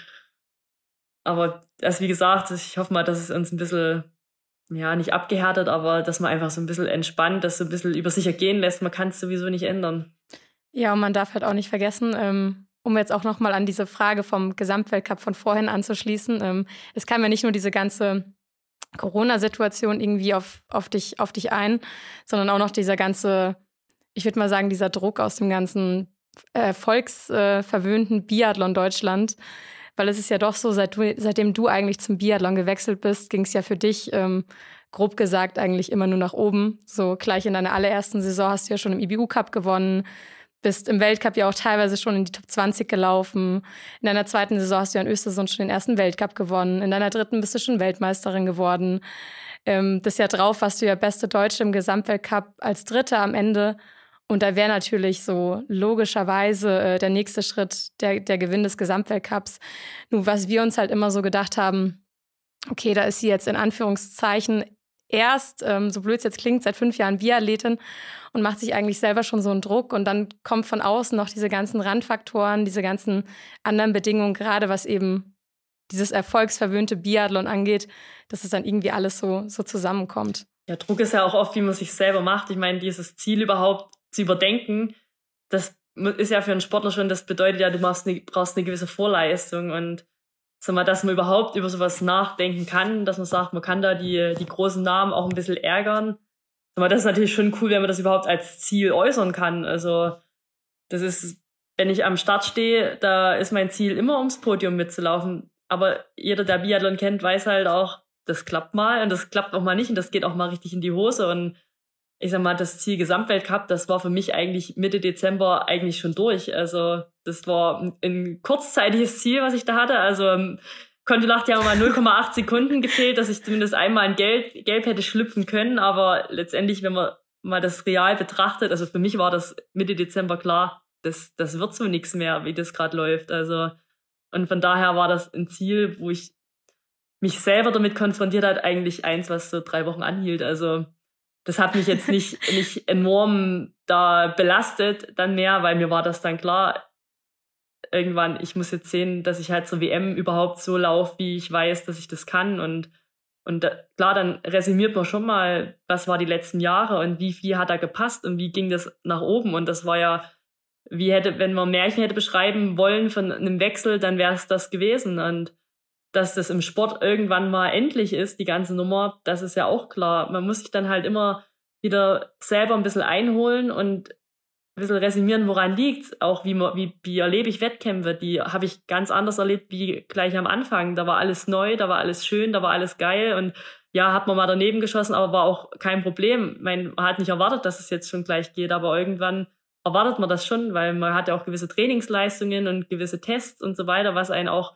Aber also wie gesagt, ich hoffe mal, dass es uns ein bisschen, ja, nicht abgehärtet, aber dass man einfach so ein bisschen entspannt, das so ein bisschen über sich ergehen lässt. Man kann es sowieso nicht ändern. Ja, und man darf halt auch nicht vergessen, ähm, um jetzt auch nochmal an diese Frage vom Gesamtweltcup von vorhin anzuschließen, ähm, es kam ja nicht nur diese ganze Corona-Situation irgendwie auf, auf, dich, auf dich ein, sondern auch noch dieser ganze, ich würde mal sagen, dieser Druck aus dem ganzen äh, volksverwöhnten äh, Biathlon Deutschland. Weil es ist ja doch so, seit du, seitdem du eigentlich zum Biathlon gewechselt bist, ging es ja für dich, ähm, grob gesagt, eigentlich immer nur nach oben. So gleich in deiner allerersten Saison hast du ja schon im I B U-Cup gewonnen, bist im Weltcup ja auch teilweise schon in die Top zwanzig gelaufen. In deiner zweiten Saison hast du ja in Östersund schon den ersten Weltcup gewonnen. In deiner dritten bist du schon Weltmeisterin geworden. Ähm, das Jahr drauf warst du ja beste Deutsche im Gesamtweltcup als Dritte am Ende. Und da wäre natürlich so logischerweise äh, der nächste Schritt der, der Gewinn des Gesamtweltcups. Nur was wir uns halt immer so gedacht haben, okay, da ist sie jetzt in Anführungszeichen erst, ähm, so blöd es jetzt klingt, seit fünf Jahren Biathletin und macht sich eigentlich selber schon so einen Druck. Und dann kommt von außen noch diese ganzen Randfaktoren, diese ganzen anderen Bedingungen, gerade was eben dieses erfolgsverwöhnte Biathlon angeht, dass es dann irgendwie alles so, so zusammenkommt. Ja, Druck ist ja auch oft, wie man sich selber macht. Ich meine, dieses Ziel überhaupt zu überdenken, das ist ja für einen Sportler schon, das bedeutet ja, du machst eine, brauchst eine gewisse Vorleistung und sag mal, dass man überhaupt über sowas nachdenken kann, dass man sagt, man kann da die, die großen Namen auch ein bisschen ärgern. Sag mal, das ist natürlich schon cool, wenn man das überhaupt als Ziel äußern kann. Also, das ist, wenn ich am Start stehe, da ist mein Ziel immer ums Podium mitzulaufen. Aber jeder, der Biathlon kennt, weiß halt auch, das klappt mal und das klappt auch mal nicht und das geht auch mal richtig in die Hose. Und ich sag mal, das Ziel Gesamtweltcup, das war für mich eigentlich Mitte Dezember eigentlich schon durch. Also das war ein, ein kurzzeitiges Ziel, was ich da hatte. Also Kontiolahti ja mal null Komma acht Sekunden gefehlt, dass ich zumindest einmal in Gelb, Gelb hätte schlüpfen können. Aber letztendlich, wenn man mal das real betrachtet, also für mich war das Mitte Dezember klar, das, das wird so nichts mehr, wie das gerade läuft. Also und von daher war das ein Ziel, wo ich mich selber damit konfrontiert hat, eigentlich eins, was so drei Wochen anhielt. Also das hat mich jetzt nicht, nicht enorm da belastet dann mehr, weil mir war das dann klar, irgendwann, ich muss jetzt sehen, dass ich halt zur W M überhaupt so laufe, wie ich weiß, dass ich das kann. Und, und da, klar, dann resümiert man schon mal, was war die letzten Jahre und wie viel hat da gepasst und wie ging das nach oben. Und das war ja, wie hätte, wenn man Märchen hätte beschreiben wollen von einem Wechsel, dann wäre es das gewesen. Und dass das im Sport irgendwann mal endlich ist, die ganze Nummer, das ist ja auch klar. Man muss sich dann halt immer wieder selber ein bisschen einholen und ein bisschen resümieren, woran liegt's. Auch wie, man, wie, wie erlebe ich Wettkämpfe, die habe ich ganz anders erlebt wie gleich am Anfang. Da war alles neu, da war alles schön, da war alles geil und ja, hat man mal daneben geschossen, aber war auch kein Problem. Ich meine, man hat nicht erwartet, dass es jetzt schon gleich geht, aber irgendwann erwartet man das schon, weil man hat ja auch gewisse Trainingsleistungen und gewisse Tests und so weiter, was einen auch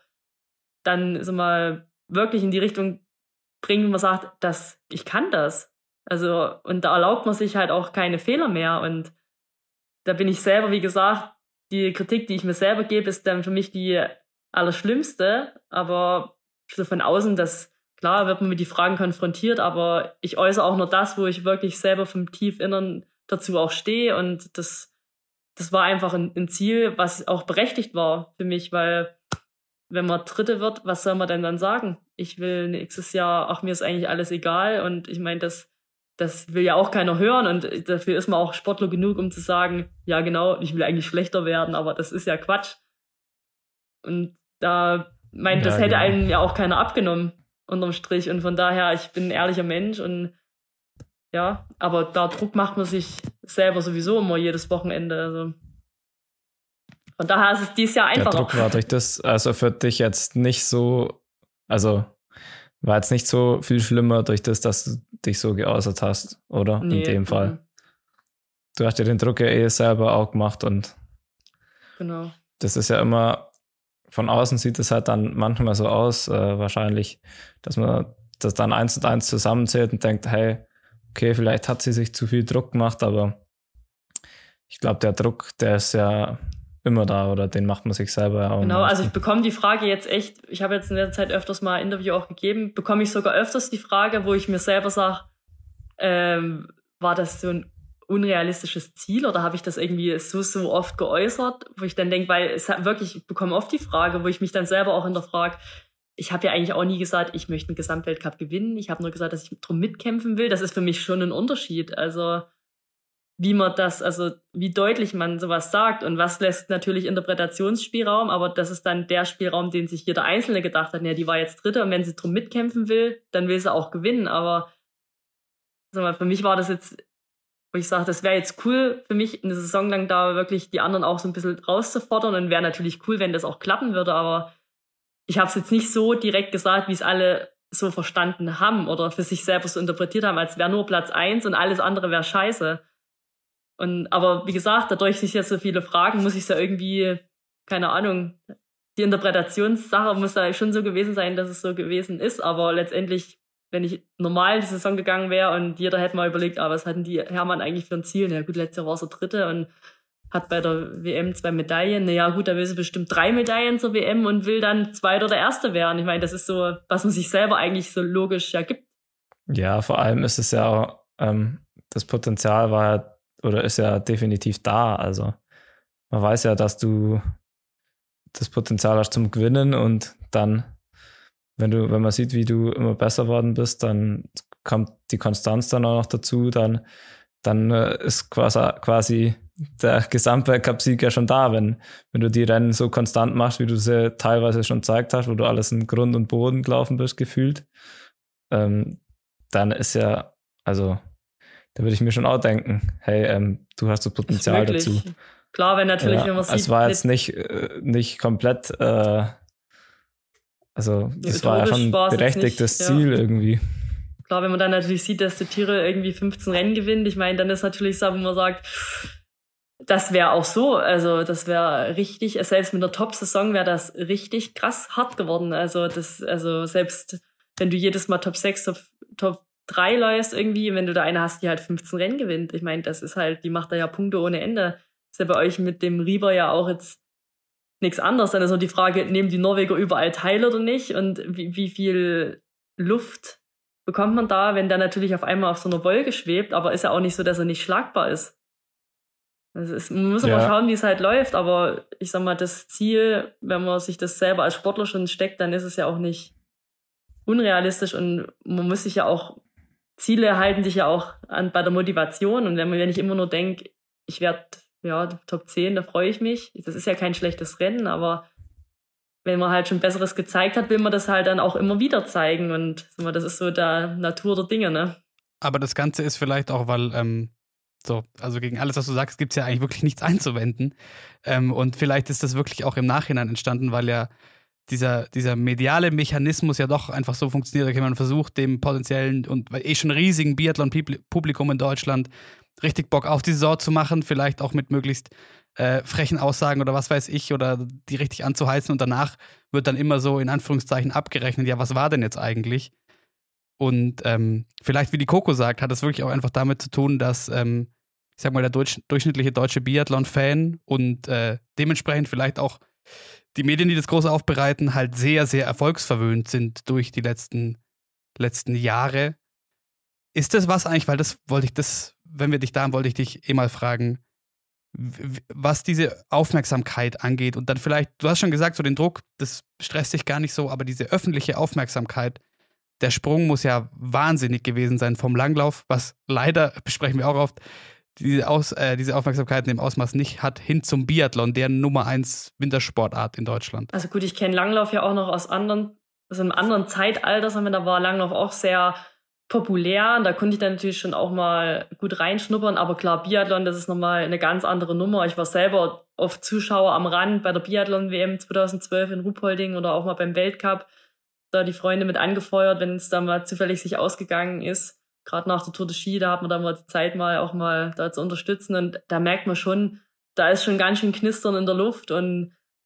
dann so mal wirklich in die Richtung bringt, wo man sagt, dass ich kann das. Also, und da erlaubt man sich halt auch keine Fehler mehr. Und da bin ich selber, wie gesagt, die Kritik, die ich mir selber gebe, ist dann für mich die allerschlimmste. Aber so von außen, das, klar, wird man mit die Fragen konfrontiert, aber ich äußere auch nur das, wo ich wirklich selber vom Tiefinnern dazu auch stehe. Und das, das war einfach ein, ein Ziel, was auch berechtigt war für mich, weil wenn man Dritte wird, was soll man denn dann sagen? Ich will nächstes Jahr, ach, mir ist eigentlich alles egal. Und ich meine, das, das will ja auch keiner hören. Und dafür ist man auch Sportler genug, um zu sagen, ja genau, ich will eigentlich schlechter werden, aber das ist ja Quatsch. Und da meint, ja, das hätte genau. einem ja auch keiner abgenommen, unterm Strich. Und von daher, ich bin ein ehrlicher Mensch und ja, aber da Druck macht man sich selber sowieso immer jedes Wochenende. Also von daher ist es dieses Jahr einfacher. Der Druck war durch das, also für dich jetzt nicht so, also war jetzt nicht so viel schlimmer durch das, dass du dich so geäußert hast, oder? Nee, in dem Fall. M- Du hast ja den Druck ja eh selber auch gemacht und genau. Das ist ja immer von außen sieht es halt dann manchmal so aus, äh, wahrscheinlich, dass man das dann eins und eins zusammenzählt und denkt, hey, okay, vielleicht hat sie sich zu viel Druck gemacht, aber ich glaube, der Druck, der ist ja immer da oder den macht man sich selber auch. Genau, also ich bekomme die Frage jetzt echt, ich habe jetzt in der Zeit öfters mal ein Interview auch gegeben, bekomme ich sogar öfters die Frage, wo ich mir selber sage, ähm, war das so ein unrealistisches Ziel oder habe ich das irgendwie so, so oft geäußert, wo ich dann denke, weil es hat wirklich, ich bekomme oft die Frage, wo ich mich dann selber auch hinterfrage, ich habe ja eigentlich auch nie gesagt, ich möchte einen Gesamtweltcup gewinnen, ich habe nur gesagt, dass ich drum mitkämpfen will, das ist für mich schon ein Unterschied, also wie man das, also wie deutlich man sowas sagt und was lässt natürlich Interpretationsspielraum, aber das ist dann der Spielraum, den sich jeder Einzelne gedacht hat, ja, die war jetzt Dritte und wenn sie drum mitkämpfen will, dann will sie auch gewinnen, aber sag mal, für mich war das jetzt, wo ich sage, das wäre jetzt cool für mich, eine Saison lang da wirklich die anderen auch so ein bisschen rauszufordern und wäre natürlich cool, wenn das auch klappen würde, aber ich habe es jetzt nicht so direkt gesagt, wie es alle so verstanden haben oder für sich selber so interpretiert haben, als wäre nur Platz eins und alles andere wäre scheiße. Und, aber wie gesagt, dadurch sich jetzt so viele Fragen, muss ich es ja irgendwie, keine Ahnung, die Interpretationssache muss da schon so gewesen sein, dass es so gewesen ist, aber letztendlich, wenn ich normal die Saison gegangen wäre und jeder hätte mal überlegt, ah, was hatten die Hermann eigentlich für ein Ziel? Na gut, letztes Jahr war es der Dritte und hat bei der W M zwei Medaillen. Na ja, gut, da will sie bestimmt drei Medaillen zur W M und will dann Zweiter oder Erster werden. Ich meine, das ist so, was man sich selber eigentlich so logisch ja gibt. Ja, vor allem ist es ja auch, ähm, das Potenzial war ja oder ist ja definitiv da. Also man weiß ja, dass du das Potenzial hast zum Gewinnen und dann, wenn du, wenn man sieht, wie du immer besser worden bist, dann kommt die Konstanz dann auch noch dazu, dann, dann ist quasi, quasi der Gesamtweltcup-Sieg ja schon da, wenn, wenn du die Rennen so konstant machst, wie du sie teilweise schon gezeigt hast, wo du alles in Grund und Boden gelaufen bist, gefühlt, ähm, dann ist ja, also da würde ich mir schon auch denken, hey, ähm, du hast das Potenzial dazu. Klar, wenn natürlich, ja, wenn man sieht. Es war jetzt nicht, äh, nicht komplett, äh, also das war ja schon ein berechtigtes nicht, Ziel ja. irgendwie. Klar, wenn man dann natürlich sieht, dass die Tiere irgendwie fünfzehn Rennen gewinnt, ich meine, dann ist natürlich so, wo man sagt, das wäre auch so, also das wäre richtig, selbst mit der Top-Saison wäre das richtig krass hart geworden. Also das, also selbst wenn du jedes Mal Top sechs, Top, Top drei läufst irgendwie, wenn du da eine hast, die halt fünfzehn Rennen gewinnt. Ich meine, das ist halt, die macht da ja Punkte ohne Ende. Das ist ja bei euch mit dem Rieber ja auch jetzt nichts anderes. Dann ist noch die Frage, nehmen die Norweger überall teil oder nicht? Und wie, wie viel Luft bekommt man da, wenn der natürlich auf einmal auf so einer Wolke schwebt? Aber ist ja auch nicht so, dass er nicht schlagbar ist. Also es, man muss ja. mal schauen, wie es halt läuft. Aber ich sag mal, das Ziel, wenn man sich das selber als Sportler schon steckt, dann ist es ja auch nicht unrealistisch und man muss sich ja auch Ziele halten dich ja auch an bei der Motivation und wenn, man, wenn ich immer nur denke, ich werde ja Top zehn, da freue ich mich. Das ist ja kein schlechtes Rennen, aber wenn man halt schon Besseres gezeigt hat, will man das halt dann auch immer wieder zeigen und das ist so der Natur der Dinge, ne? Aber das Ganze ist vielleicht auch, weil ähm, so, also gegen alles, was du sagst, gibt es ja eigentlich wirklich nichts einzuwenden ähm, und vielleicht ist das wirklich auch im Nachhinein entstanden, weil ja Dieser, dieser mediale Mechanismus ja doch einfach so funktioniert, okay, man versucht dem potenziellen und eh schon riesigen Biathlon-Publikum in Deutschland richtig Bock auf die Saison zu machen, vielleicht auch mit möglichst äh, frechen Aussagen oder was weiß ich oder die richtig anzuheizen und danach wird dann immer so in Anführungszeichen abgerechnet, ja, was war denn jetzt eigentlich? Und ähm, vielleicht, wie die Coco sagt, hat das wirklich auch einfach damit zu tun, dass, ähm, ich sag mal, der durch, durchschnittliche deutsche Biathlon-Fan und äh, dementsprechend vielleicht auch die Medien, die das groß aufbereiten, halt sehr, sehr erfolgsverwöhnt sind durch die letzten, letzten Jahre. Ist das was eigentlich, weil das wollte ich, das, wenn wir dich da haben, wollte ich dich eh mal fragen, was diese Aufmerksamkeit angeht und dann vielleicht, du hast schon gesagt, so den Druck, das stresst dich gar nicht so, aber diese öffentliche Aufmerksamkeit, der Sprung muss ja wahnsinnig gewesen sein vom Langlauf, was leider, besprechen wir auch oft, diese, Aus, äh, diese Aufmerksamkeit in dem Ausmaß nicht hat, hin zum Biathlon, der Nummer eins Wintersportart in Deutschland. Also gut, ich kenne Langlauf ja auch noch aus anderen, also einem anderen Zeitalter, sagen wir, da war Langlauf auch sehr populär und da konnte ich dann natürlich schon auch mal gut reinschnuppern, aber klar, Biathlon, das ist nochmal eine ganz andere Nummer. Ich war selber oft Zuschauer am Rand bei der Biathlon-W M zweitausendzwölf in Ruhpolding oder auch mal beim Weltcup, da die Freunde mit angefeuert, wenn es da mal zufällig sich ausgegangen ist. Gerade nach der Tour de Ski, da hat man dann mal die Zeit, mal auch mal da zu unterstützen. Und da merkt man schon, da ist schon ganz schön Knistern in der Luft. Und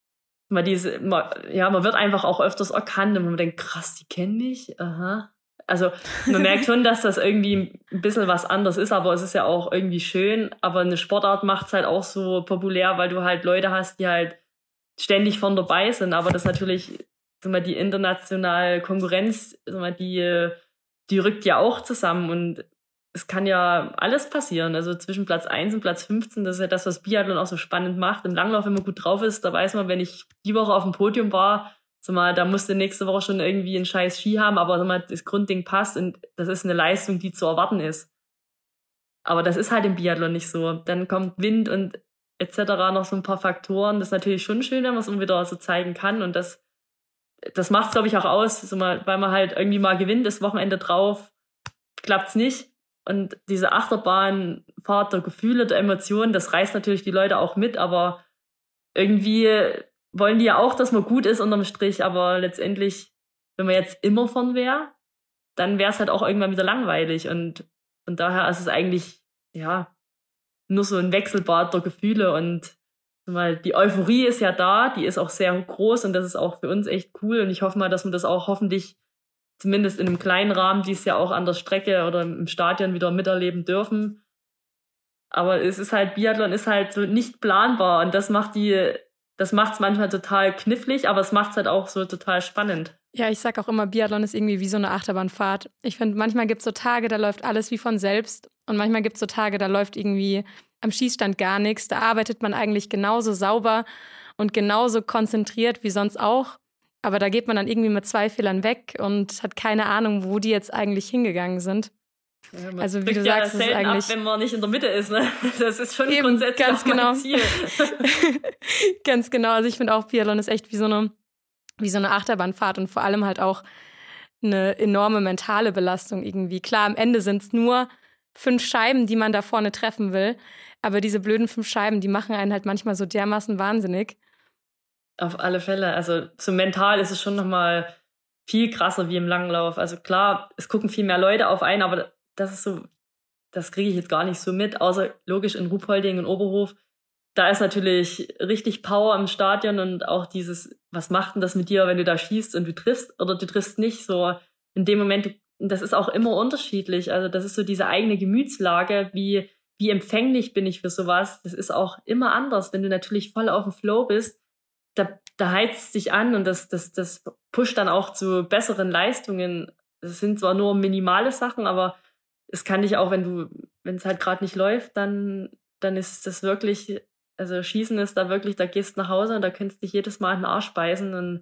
man diese, man, ja, man wird einfach auch öfters erkannt und man denkt, krass, die kennen mich, aha. Also man merkt schon, dass das irgendwie ein bisschen was anderes ist, aber es ist ja auch irgendwie schön. Aber eine Sportart macht es halt auch so populär, weil du halt Leute hast, die halt ständig von dabei sind. Aber das natürlich, sag mal, die internationale Konkurrenz, sag mal, die, die rückt ja auch zusammen und es kann ja alles passieren. Also zwischen Platz eins und Platz fünfzehn, das ist ja das, was Biathlon auch so spannend macht. Im Langlauf, wenn man gut drauf ist, da weiß man, wenn ich die Woche auf dem Podium war, sag mal, da musste nächste Woche schon irgendwie einen scheiß Ski haben, aber sag mal, das Grundding passt und das ist eine Leistung, die zu erwarten ist. Aber das ist halt im Biathlon nicht so. Dann kommt Wind und et cetera noch so ein paar Faktoren. Das ist natürlich schon schön, wenn man es immer wieder so zeigen kann und das, das macht es, glaube ich, auch aus, sag mal, weil man halt irgendwie mal gewinnt, das Wochenende drauf, klappt's nicht. Und diese Achterbahnfahrt der Gefühle, der Emotionen, das reißt natürlich die Leute auch mit, aber irgendwie wollen die ja auch, dass man gut ist unterm Strich, aber letztendlich, wenn man jetzt immer von wäre, dann wäre es halt auch irgendwann wieder langweilig und von daher ist es eigentlich, ja, nur so ein Wechselbad der Gefühle und mal, die Euphorie ist ja da, die ist auch sehr groß und das ist auch für uns echt cool und ich hoffe mal, dass wir das auch hoffentlich zumindest in einem kleinen Rahmen dies ja auch an der Strecke oder im Stadion wieder miterleben dürfen. Aber es ist halt, Biathlon ist halt so nicht planbar und das macht die Das macht es manchmal total knifflig, aber es macht es halt auch so total spannend. Ja, ich sag auch immer, Biathlon ist irgendwie wie so eine Achterbahnfahrt. Ich finde, manchmal gibt es so Tage, da läuft alles wie von selbst. Und manchmal gibt es so Tage, da läuft irgendwie am Schießstand gar nichts. Da arbeitet man eigentlich genauso sauber und genauso konzentriert wie sonst auch. Aber da geht man dann irgendwie mit zwei Fehlern weg und hat keine Ahnung, wo die jetzt eigentlich hingegangen sind. Ja, man also wie du ja sagst, es ist eigentlich ab, wenn man nicht in der Mitte ist, ne? Das ist schon eben, grundsätzlich ganz auch mein genau. Ziel. Ganz genau. Also ich finde auch, Biathlon ist echt wie so eine wie so eine Achterbahnfahrt und vor allem halt auch eine enorme mentale Belastung irgendwie. Klar, am Ende sind es nur fünf Scheiben, die man da vorne treffen will, aber diese blöden fünf Scheiben, die machen einen halt manchmal so dermaßen wahnsinnig. Auf alle Fälle. Also so mental ist es schon nochmal viel krasser wie im Langlauf. Also klar, es gucken viel mehr Leute auf einen, aber das ist so, das kriege ich jetzt gar nicht so mit, außer logisch in Ruhpolding und Oberhof. Da ist natürlich richtig Power im Stadion und auch dieses, was macht denn das mit dir, wenn du da schießt und du triffst oder du triffst nicht, so in dem Moment, das ist auch immer unterschiedlich. Also das ist so diese eigene Gemütslage, wie, wie empfänglich bin ich für sowas. Das ist auch immer anders, wenn du natürlich voll auf dem Flow bist, da, da heizt es dich an und das, das, das pusht dann auch zu besseren Leistungen. Das sind zwar nur minimale Sachen, aber es kann dich auch, wenn du, wenn es halt gerade nicht läuft, dann, dann ist das wirklich, also Schießen ist da wirklich, da gehst du nach Hause und da kannst du dich jedes Mal in den Arsch beißen und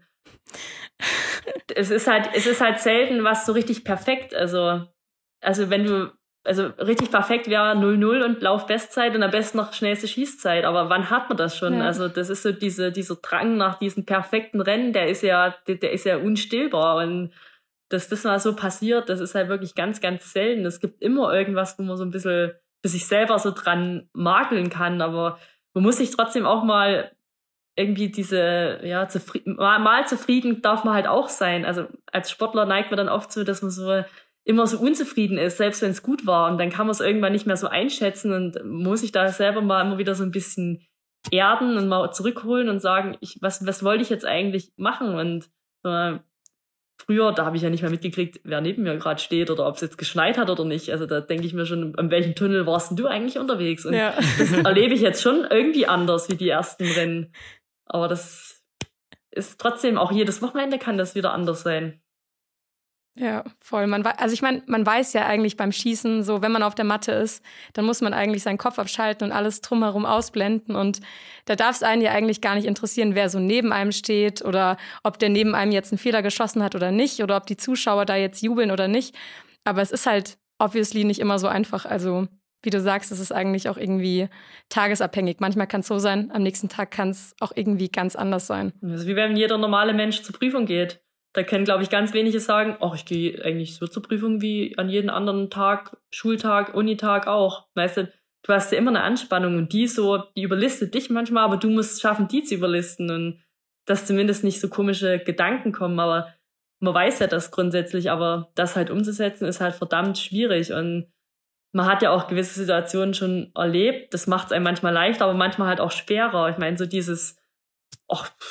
es ist halt, es ist halt selten was so richtig perfekt, also, also wenn du, also richtig perfekt wäre null null und Laufbestzeit und am besten noch schnellste Schießzeit, aber wann hat man das schon? Ja. Also das ist so diese, dieser Drang nach diesem perfekten Rennen, der ist ja, der, der ist ja unstillbar und dass das mal so passiert, das ist halt wirklich ganz, ganz selten. Es gibt immer irgendwas, wo man so ein bisschen für sich selber so dran makeln kann, aber man muss sich trotzdem auch mal irgendwie diese, ja, zufrieden, mal, mal zufrieden darf man halt auch sein. Also als Sportler neigt man dann oft so, dass man so immer so unzufrieden ist, selbst wenn es gut war. Und dann kann man es irgendwann nicht mehr so einschätzen und muss sich da selber mal immer wieder so ein bisschen erden und mal zurückholen und sagen, ich, was, was wollte ich jetzt eigentlich machen? Und äh, früher, da habe ich ja nicht mehr mitgekriegt, wer neben mir gerade steht oder ob es jetzt geschneit hat oder nicht. Also da denke ich mir schon, an welchem Tunnel warst denn du eigentlich unterwegs? Und ja. Das erlebe ich jetzt schon irgendwie anders wie die ersten Rennen. Aber das ist trotzdem, auch jedes Wochenende kann das wieder anders sein. Ja, voll. Man, also ich meine, man weiß ja eigentlich beim Schießen, so wenn man auf der Matte ist, dann muss man eigentlich seinen Kopf abschalten und alles drumherum ausblenden. Und da darf es einen ja eigentlich gar nicht interessieren, wer so neben einem steht oder ob der neben einem jetzt einen Fehler geschossen hat oder nicht oder ob die Zuschauer da jetzt jubeln oder nicht. Aber es ist halt obviously nicht immer so einfach. Also wie du sagst, es ist eigentlich auch irgendwie tagesabhängig. Manchmal kann es so sein, am nächsten Tag kann es auch irgendwie ganz anders sein. Also wie wenn jeder normale Mensch zur Prüfung geht. Da können, glaube ich, ganz wenige sagen, ach, ich gehe eigentlich so zur Prüfung wie an jeden anderen Tag, Schultag, Unitag auch. Weißt du, du hast ja immer eine Anspannung und die so, die überlistet dich manchmal, aber du musst es schaffen, die zu überlisten und dass zumindest nicht so komische Gedanken kommen, aber man weiß ja das grundsätzlich, aber das halt umzusetzen ist halt verdammt schwierig und man hat ja auch gewisse Situationen schon erlebt, das macht es einem manchmal leicht, aber manchmal halt auch schwerer. Ich meine, so dieses, ach,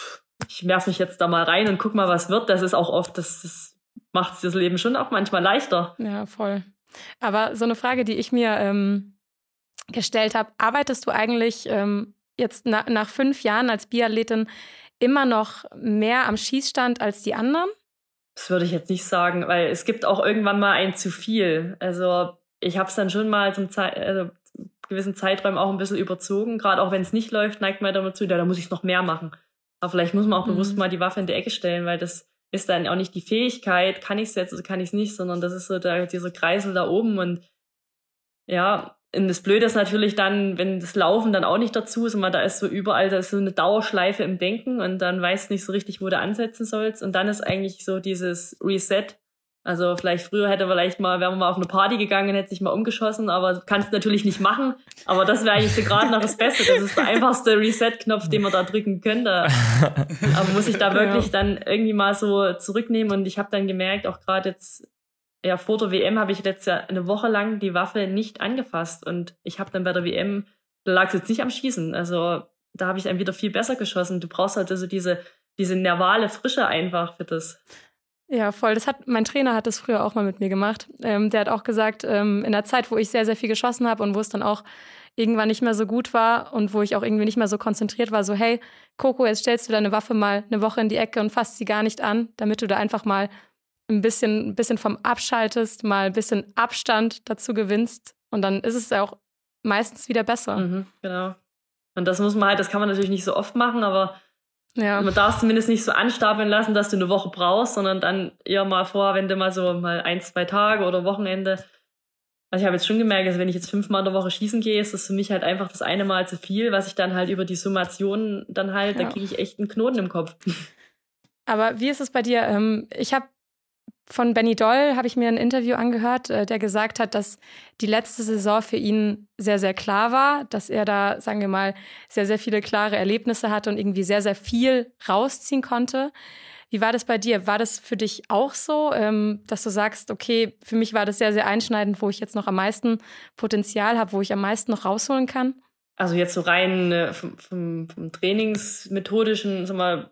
ich werfe mich jetzt da mal rein und guck mal, was wird. Das ist auch oft, das, das macht das Leben schon auch manchmal leichter. Ja, voll. Aber so eine Frage, die ich mir ähm, gestellt habe, arbeitest du eigentlich ähm, jetzt na, nach fünf Jahren als Biathletin immer noch mehr am Schießstand als die anderen? Das würde ich jetzt nicht sagen, weil es gibt auch irgendwann mal ein zu viel. Also ich habe es dann schon mal zum Zeit, also gewissen Zeiträumen auch ein bisschen überzogen. Gerade auch wenn es nicht läuft, neigt man dann dazu, ja, da muss ich noch mehr machen. Aber vielleicht muss man auch mhm. bewusst mal die Waffe in die Ecke stellen, weil das ist dann auch nicht die Fähigkeit, kann ich es jetzt oder kann ich es nicht, sondern das ist so der, dieser Kreisel da oben. Und ja, und das Blöde ist natürlich dann, wenn das Laufen dann auch nicht dazu ist, und man da ist so überall, da ist so eine Dauerschleife im Denken und dann weißt du nicht so richtig, wo du ansetzen sollst. Und dann ist eigentlich so dieses Reset. Also vielleicht früher hätte vielleicht mal, wäre man mal auf eine Party gegangen und hätte sich mal umgeschossen, aber kannst du natürlich nicht machen. Aber das wäre eigentlich so gerade noch das Beste. Das ist der einfachste Reset-Knopf, den man da drücken könnte. Aber muss ich da wirklich dann irgendwie mal so zurücknehmen. Und ich habe dann gemerkt, auch gerade jetzt, ja, vor der W M habe ich letztes Jahr eine Woche lang die Waffe nicht angefasst. Und ich habe dann bei der W M, da lag es jetzt nicht am Schießen. Also da habe ich dann wieder viel besser geschossen. Du brauchst halt also diese, diese nervale Frische einfach für das. Ja, voll. Das hat, mein Trainer hat das früher auch mal mit mir gemacht. Ähm, der hat auch gesagt, ähm, in der Zeit, wo ich sehr, sehr viel geschossen habe und wo es dann auch irgendwann nicht mehr so gut war und wo ich auch irgendwie nicht mehr so konzentriert war, so, hey, Coco, jetzt stellst du deine Waffe mal eine Woche in die Ecke und fasst sie gar nicht an, damit du da einfach mal ein bisschen, ein bisschen vom abschaltest, mal ein bisschen Abstand dazu gewinnst und dann ist es ja auch meistens wieder besser. Mhm, genau. Und das muss man halt, das kann man natürlich nicht so oft machen, aber ja. Man darf es zumindest nicht so anstapeln lassen, dass du eine Woche brauchst, sondern dann eher mal vor, wenn du mal so mal ein, zwei Tage oder Wochenende. Also ich habe jetzt schon gemerkt, also wenn ich jetzt fünfmal in der Woche schießen gehe, ist das für mich halt einfach das eine Mal zu viel, was ich dann halt über die Summation dann halt, ja. Da kriege ich echt einen Knoten im Kopf. Aber wie ist es bei dir? Ich habe von Benny Doll habe ich mir ein Interview angehört, der gesagt hat, dass die letzte Saison für ihn sehr, sehr klar war, dass er da, sagen wir mal, sehr, sehr viele klare Erlebnisse hatte und irgendwie sehr, sehr viel rausziehen konnte. Wie war das bei dir? War das für dich auch so, dass du sagst, okay, für mich war das sehr, sehr einschneidend, wo ich jetzt noch am meisten Potenzial habe, wo ich am meisten noch rausholen kann? Also jetzt so rein vom, vom, vom Trainingsmethodischen, sag mal,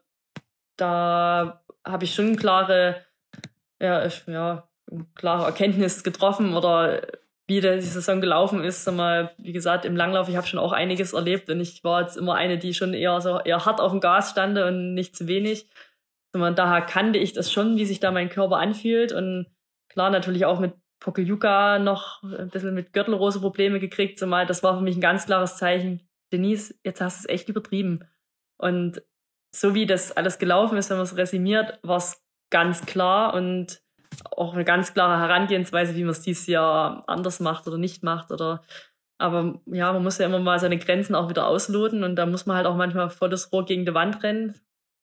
da habe ich schon klare Ja, ich, ja, klare Erkenntnis getroffen oder wie die Saison gelaufen ist. Sag mal, wie gesagt, im Langlauf, ich habe schon auch einiges erlebt und ich war jetzt immer eine, die schon eher so eher hart auf dem Gas stand und nicht zu wenig. Sag mal, daher kannte ich das schon, wie sich da mein Körper anfühlt und klar natürlich auch mit Pokljuka noch ein bisschen mit Gürtelrose Probleme gekriegt. Sag mal, das war für mich ein ganz klares Zeichen. Denise, jetzt hast du es echt übertrieben. Und so wie das alles gelaufen ist, wenn man es resümiert, war es ganz klar und auch eine ganz klare Herangehensweise, wie man es dieses Jahr anders macht oder nicht macht. Oder aber ja, man muss ja immer mal seine Grenzen auch wieder ausloten und da muss man halt auch manchmal volles Rohr gegen die Wand rennen.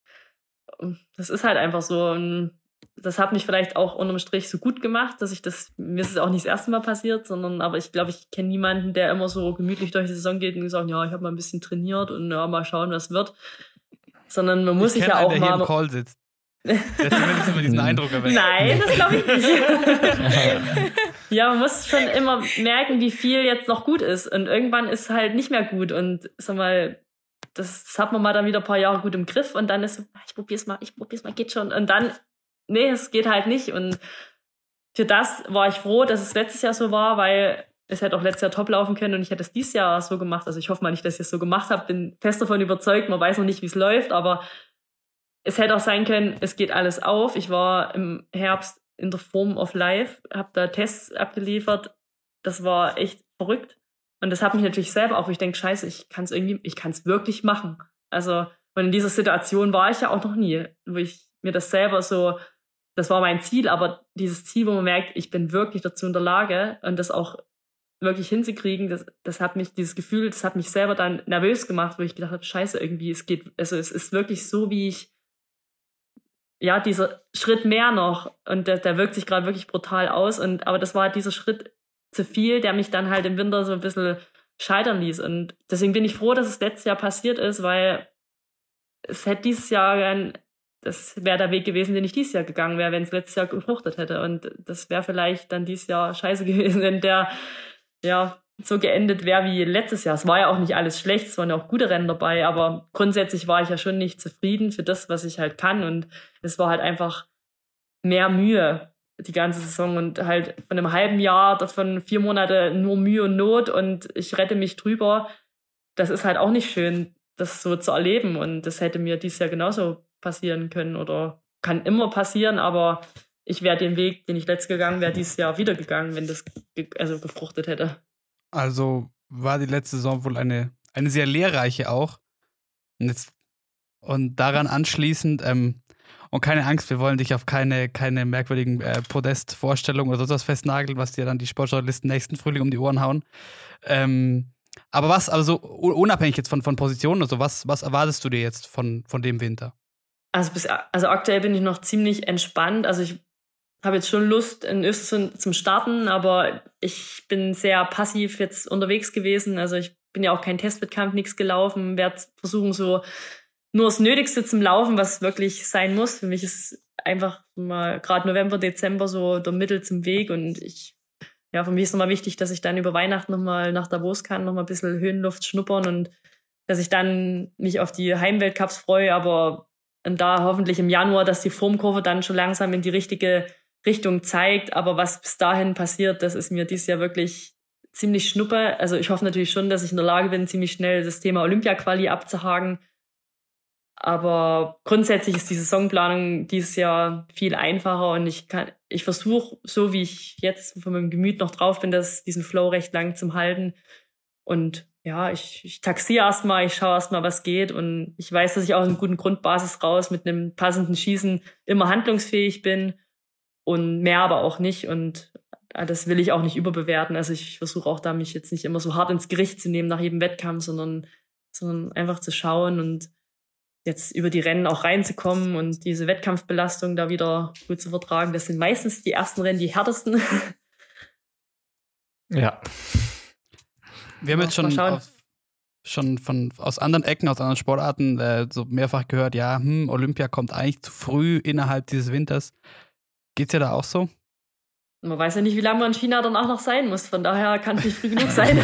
Das ist halt einfach so. Und das hat mich vielleicht auch unterm Strich so gut gemacht, dass ich das, mir ist es auch nicht das erste Mal passiert, sondern aber ich glaube, ich kenne niemanden, der immer so gemütlich durch die Saison geht und sagt, ja, ich habe mal ein bisschen trainiert und ja, mal schauen, was wird. Sondern man muss ich sich ja auch einen, der mal... hier im Call sitzt. Der zumindest immer diesen Eindruck erweckt. Nein, das glaube ich nicht. Ja, man muss schon immer merken, wie viel jetzt noch gut ist. Und irgendwann ist halt nicht mehr gut. Und sag mal, das, das hat man mal dann wieder ein paar Jahre gut im Griff. Und dann ist so, ich probier's mal, ich probier's mal, geht schon. Und dann, nee, es geht halt nicht. Und für das war ich froh, dass es letztes Jahr so war, weil es hätte auch letztes Jahr top laufen können und ich hätte es dieses Jahr so gemacht. Also ich hoffe mal nicht, dass ich es so gemacht habe. Bin fest davon überzeugt, man weiß noch nicht, wie es läuft, aber es hätte auch sein können, es geht alles auf. Ich war im Herbst in der Form of Life, habe da Tests abgeliefert. Das war echt verrückt. Und das hat mich natürlich selber auch, wo ich denke, scheiße, ich kann es irgendwie, ich kann es wirklich machen. Also, und in dieser Situation war ich ja auch noch nie, wo ich mir das selber so, das war mein Ziel, aber dieses Ziel, wo man merkt, ich bin wirklich dazu in der Lage und das auch wirklich hinzukriegen, das, das hat mich, dieses Gefühl, das hat mich selber dann nervös gemacht, wo ich gedacht habe, scheiße, irgendwie, es geht, also es ist wirklich so, wie ich, ja, dieser Schritt mehr noch und der, der wirkt sich gerade wirklich brutal aus und, aber das war halt dieser Schritt zu viel, der mich dann halt im Winter so ein bisschen scheitern ließ und deswegen bin ich froh, dass es letztes Jahr passiert ist, weil es hätte dieses Jahr dann, das wäre der Weg gewesen, den ich dieses Jahr gegangen wäre, wenn es letztes Jahr gefruchtet hätte und das wäre vielleicht dann dieses Jahr scheiße gewesen, wenn der, ja, so geendet wäre wie letztes Jahr. Es war ja auch nicht alles schlecht, es waren ja auch gute Rennen dabei, aber grundsätzlich war ich ja schon nicht zufrieden für das, was ich halt kann und es war halt einfach mehr Mühe die ganze Saison und halt von einem halben Jahr, davon vier Monate nur Mühe und Not und ich rette mich drüber. Das ist halt auch nicht schön, das so zu erleben und das hätte mir dieses Jahr genauso passieren können oder kann immer passieren, aber ich wäre den Weg, den ich letztes gegangen wäre, dieses Jahr wieder gegangen, wenn das ge- also gefruchtet hätte. Also war die letzte Saison wohl eine, eine sehr lehrreiche auch. Und, jetzt, und daran anschließend, ähm, und keine Angst, wir wollen dich auf keine, keine merkwürdigen äh, Podestvorstellungen oder sowas festnageln, was dir dann die Sportjournalisten nächsten Frühling um die Ohren hauen. Ähm, aber was, also unabhängig jetzt von, von Positionen oder so, was, was erwartest du dir jetzt von, von dem Winter? Also, bis, also aktuell bin ich noch ziemlich entspannt. Also ich habe jetzt schon Lust in Östersund zum Starten, aber ich bin sehr passiv jetzt unterwegs gewesen. Also ich bin ja auch kein Testwettkampf, nichts gelaufen, werde versuchen so nur das Nötigste zum Laufen, was wirklich sein muss. Für mich ist einfach mal gerade November, Dezember so der Mittel zum Weg und ich, ja, für mich ist nochmal wichtig, dass ich dann über Weihnachten nochmal nach Davos kann, nochmal ein bisschen Höhenluft schnuppern und dass ich dann mich auf die Heimweltcups freue, aber da hoffentlich im Januar, dass die Formkurve dann schon langsam in die richtige Richtung zeigt, aber was bis dahin passiert, das ist mir dieses Jahr wirklich ziemlich schnuppe. Also ich hoffe natürlich schon, dass ich in der Lage bin, ziemlich schnell das Thema Olympia-Quali abzuhaken. Aber grundsätzlich ist die Saisonplanung dieses Jahr viel einfacher und ich kann, ich versuche, so wie ich jetzt von meinem Gemüt noch drauf bin, das, diesen Flow recht lang zu halten. Und ja, ich, ich taxiere erstmal, ich schaue erstmal, was geht und ich weiß, dass ich aus einer guten Grundbasis raus mit einem passenden Schießen immer handlungsfähig bin. Und mehr aber auch nicht. Und das will ich auch nicht überbewerten. Also ich versuche auch da, mich jetzt nicht immer so hart ins Gericht zu nehmen nach jedem Wettkampf, sondern, sondern einfach zu schauen und jetzt über die Rennen auch reinzukommen und diese Wettkampfbelastung da wieder gut zu vertragen. Das sind meistens die ersten Rennen die härtesten. Ja. Wir haben jetzt schon, auf, schon von, aus anderen Ecken, aus anderen Sportarten äh, so mehrfach gehört, ja, hm, Olympia kommt eigentlich zu früh innerhalb dieses Winters. Geht's dir da auch so? Man weiß ja nicht, wie lange man in China danach noch sein muss. Von daher kann es nicht früh genug sein.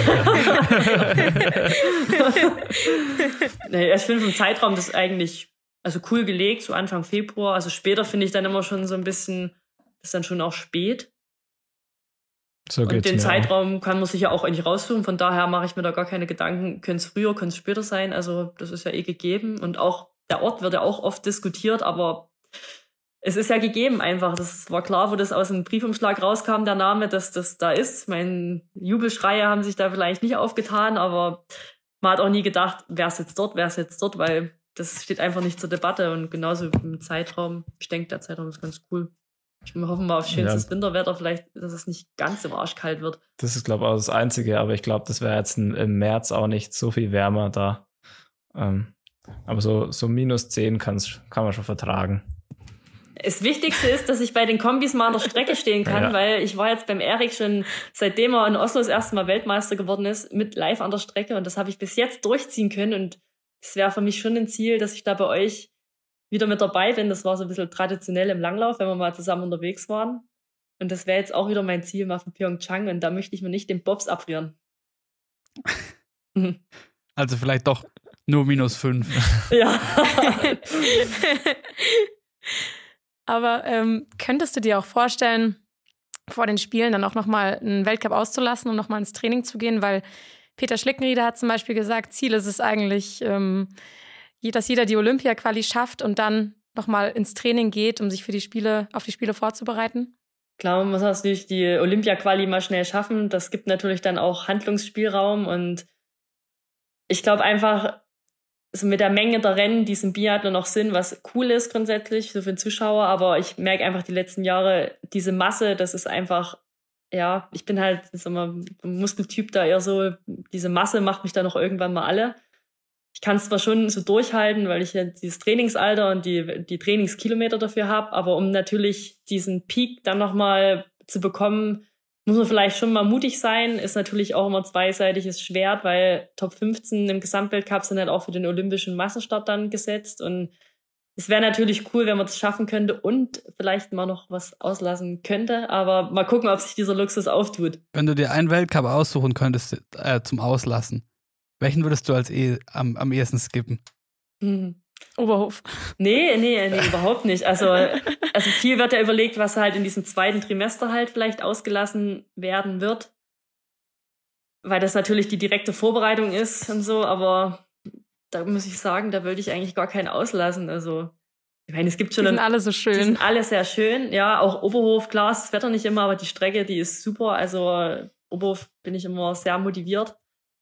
Nee, ich finde vom Zeitraum das eigentlich also cool gelegt, so Anfang Februar. Also später finde ich dann immer schon so ein bisschen, das ist dann schon auch spät. So und geht's den mir Zeitraum auch. Kann man sich ja auch eigentlich raussuchen. Von daher mache ich mir da gar keine Gedanken. Könnte es früher, könnte es später sein. Also das ist ja eh gegeben. Und auch der Ort wird ja auch oft diskutiert, aber es ist ja gegeben einfach. Das war klar, wo das aus dem Briefumschlag rauskam, der Name, dass das da ist. Meine Jubelschreie haben sich da vielleicht nicht aufgetan, aber man hat auch nie gedacht, wer ist jetzt dort, wer ist jetzt dort, weil das steht einfach nicht zur Debatte. Und genauso im Zeitraum, ich denke, der Zeitraum ist ganz cool. Ich hoffe mal auf schönstes ja. Winterwetter, vielleicht, dass es nicht ganz im Arsch kalt wird. Das ist, glaube ich, auch das Einzige, aber ich glaube, das wäre jetzt im März auch nicht so viel wärmer da. Ähm, aber so, so minus zehn kann's, kann man schon vertragen. Das Wichtigste ist, dass ich bei den Kombis mal an der Strecke stehen kann, ja. weil ich war jetzt beim Erik schon, seitdem er in Oslo das erste Mal Weltmeister geworden ist, mit live an der Strecke und das habe ich bis jetzt durchziehen können und es wäre für mich schon ein Ziel, dass ich da bei euch wieder mit dabei bin. Das war so ein bisschen traditionell im Langlauf, wenn wir mal zusammen unterwegs waren und das wäre jetzt auch wieder mein Ziel mal von Pyeongchang und da möchte ich mir nicht den Bobs abfrieren. Also vielleicht doch nur minus fünf. Ja. Aber ähm, könntest du dir auch vorstellen, vor den Spielen dann auch nochmal einen Weltcup auszulassen, um nochmal ins Training zu gehen? Weil Peter Schlickenrieder hat zum Beispiel gesagt, Ziel ist es eigentlich, ähm, dass jeder die Olympia-Quali schafft und dann nochmal ins Training geht, um sich für die Spiele, auf die Spiele vorzubereiten. Klar, man muss natürlich die Olympia-Quali mal schnell schaffen. Das gibt natürlich dann auch Handlungsspielraum und ich glaube einfach, so mit der Menge der Rennen, die es im Biathlon noch sind, was cool ist grundsätzlich, so für den Zuschauer, aber ich merke einfach die letzten Jahre, diese Masse, das ist einfach, ja, ich bin halt, sag mal, ein Muskeltyp da eher so, diese Masse macht mich dann noch irgendwann mal alle. Ich kann es zwar schon so durchhalten, weil ich ja dieses Trainingsalter und die, die Trainingskilometer dafür habe, aber um natürlich diesen Peak dann nochmal zu bekommen, muss man vielleicht schon mal mutig sein, ist natürlich auch immer zweiseitiges Schwert, weil Top fünfzehn im Gesamtweltcup sind halt auch für den olympischen Massenstart dann gesetzt und es wäre natürlich cool, wenn man das schaffen könnte und vielleicht mal noch was auslassen könnte. Aber mal gucken, ob sich dieser Luxus auftut. Wenn du dir einen Weltcup aussuchen könntest äh, zum Auslassen, welchen würdest du als eh am, am ehesten skippen? Mhm. Oberhof. Nee, nee, nee, überhaupt nicht. Also, also viel wird ja überlegt, was halt in diesem zweiten Trimester halt vielleicht ausgelassen werden wird. Weil das natürlich die direkte Vorbereitung ist und so, aber da muss ich sagen, da würde ich eigentlich gar keinen auslassen. Also, ich meine, es gibt schon... Die sind ein, alle so schön. Die sind alle sehr schön. Ja, auch Oberhof, klar, ist das Wetter nicht immer, aber die Strecke, die ist super. Also, Oberhof bin ich immer sehr motiviert.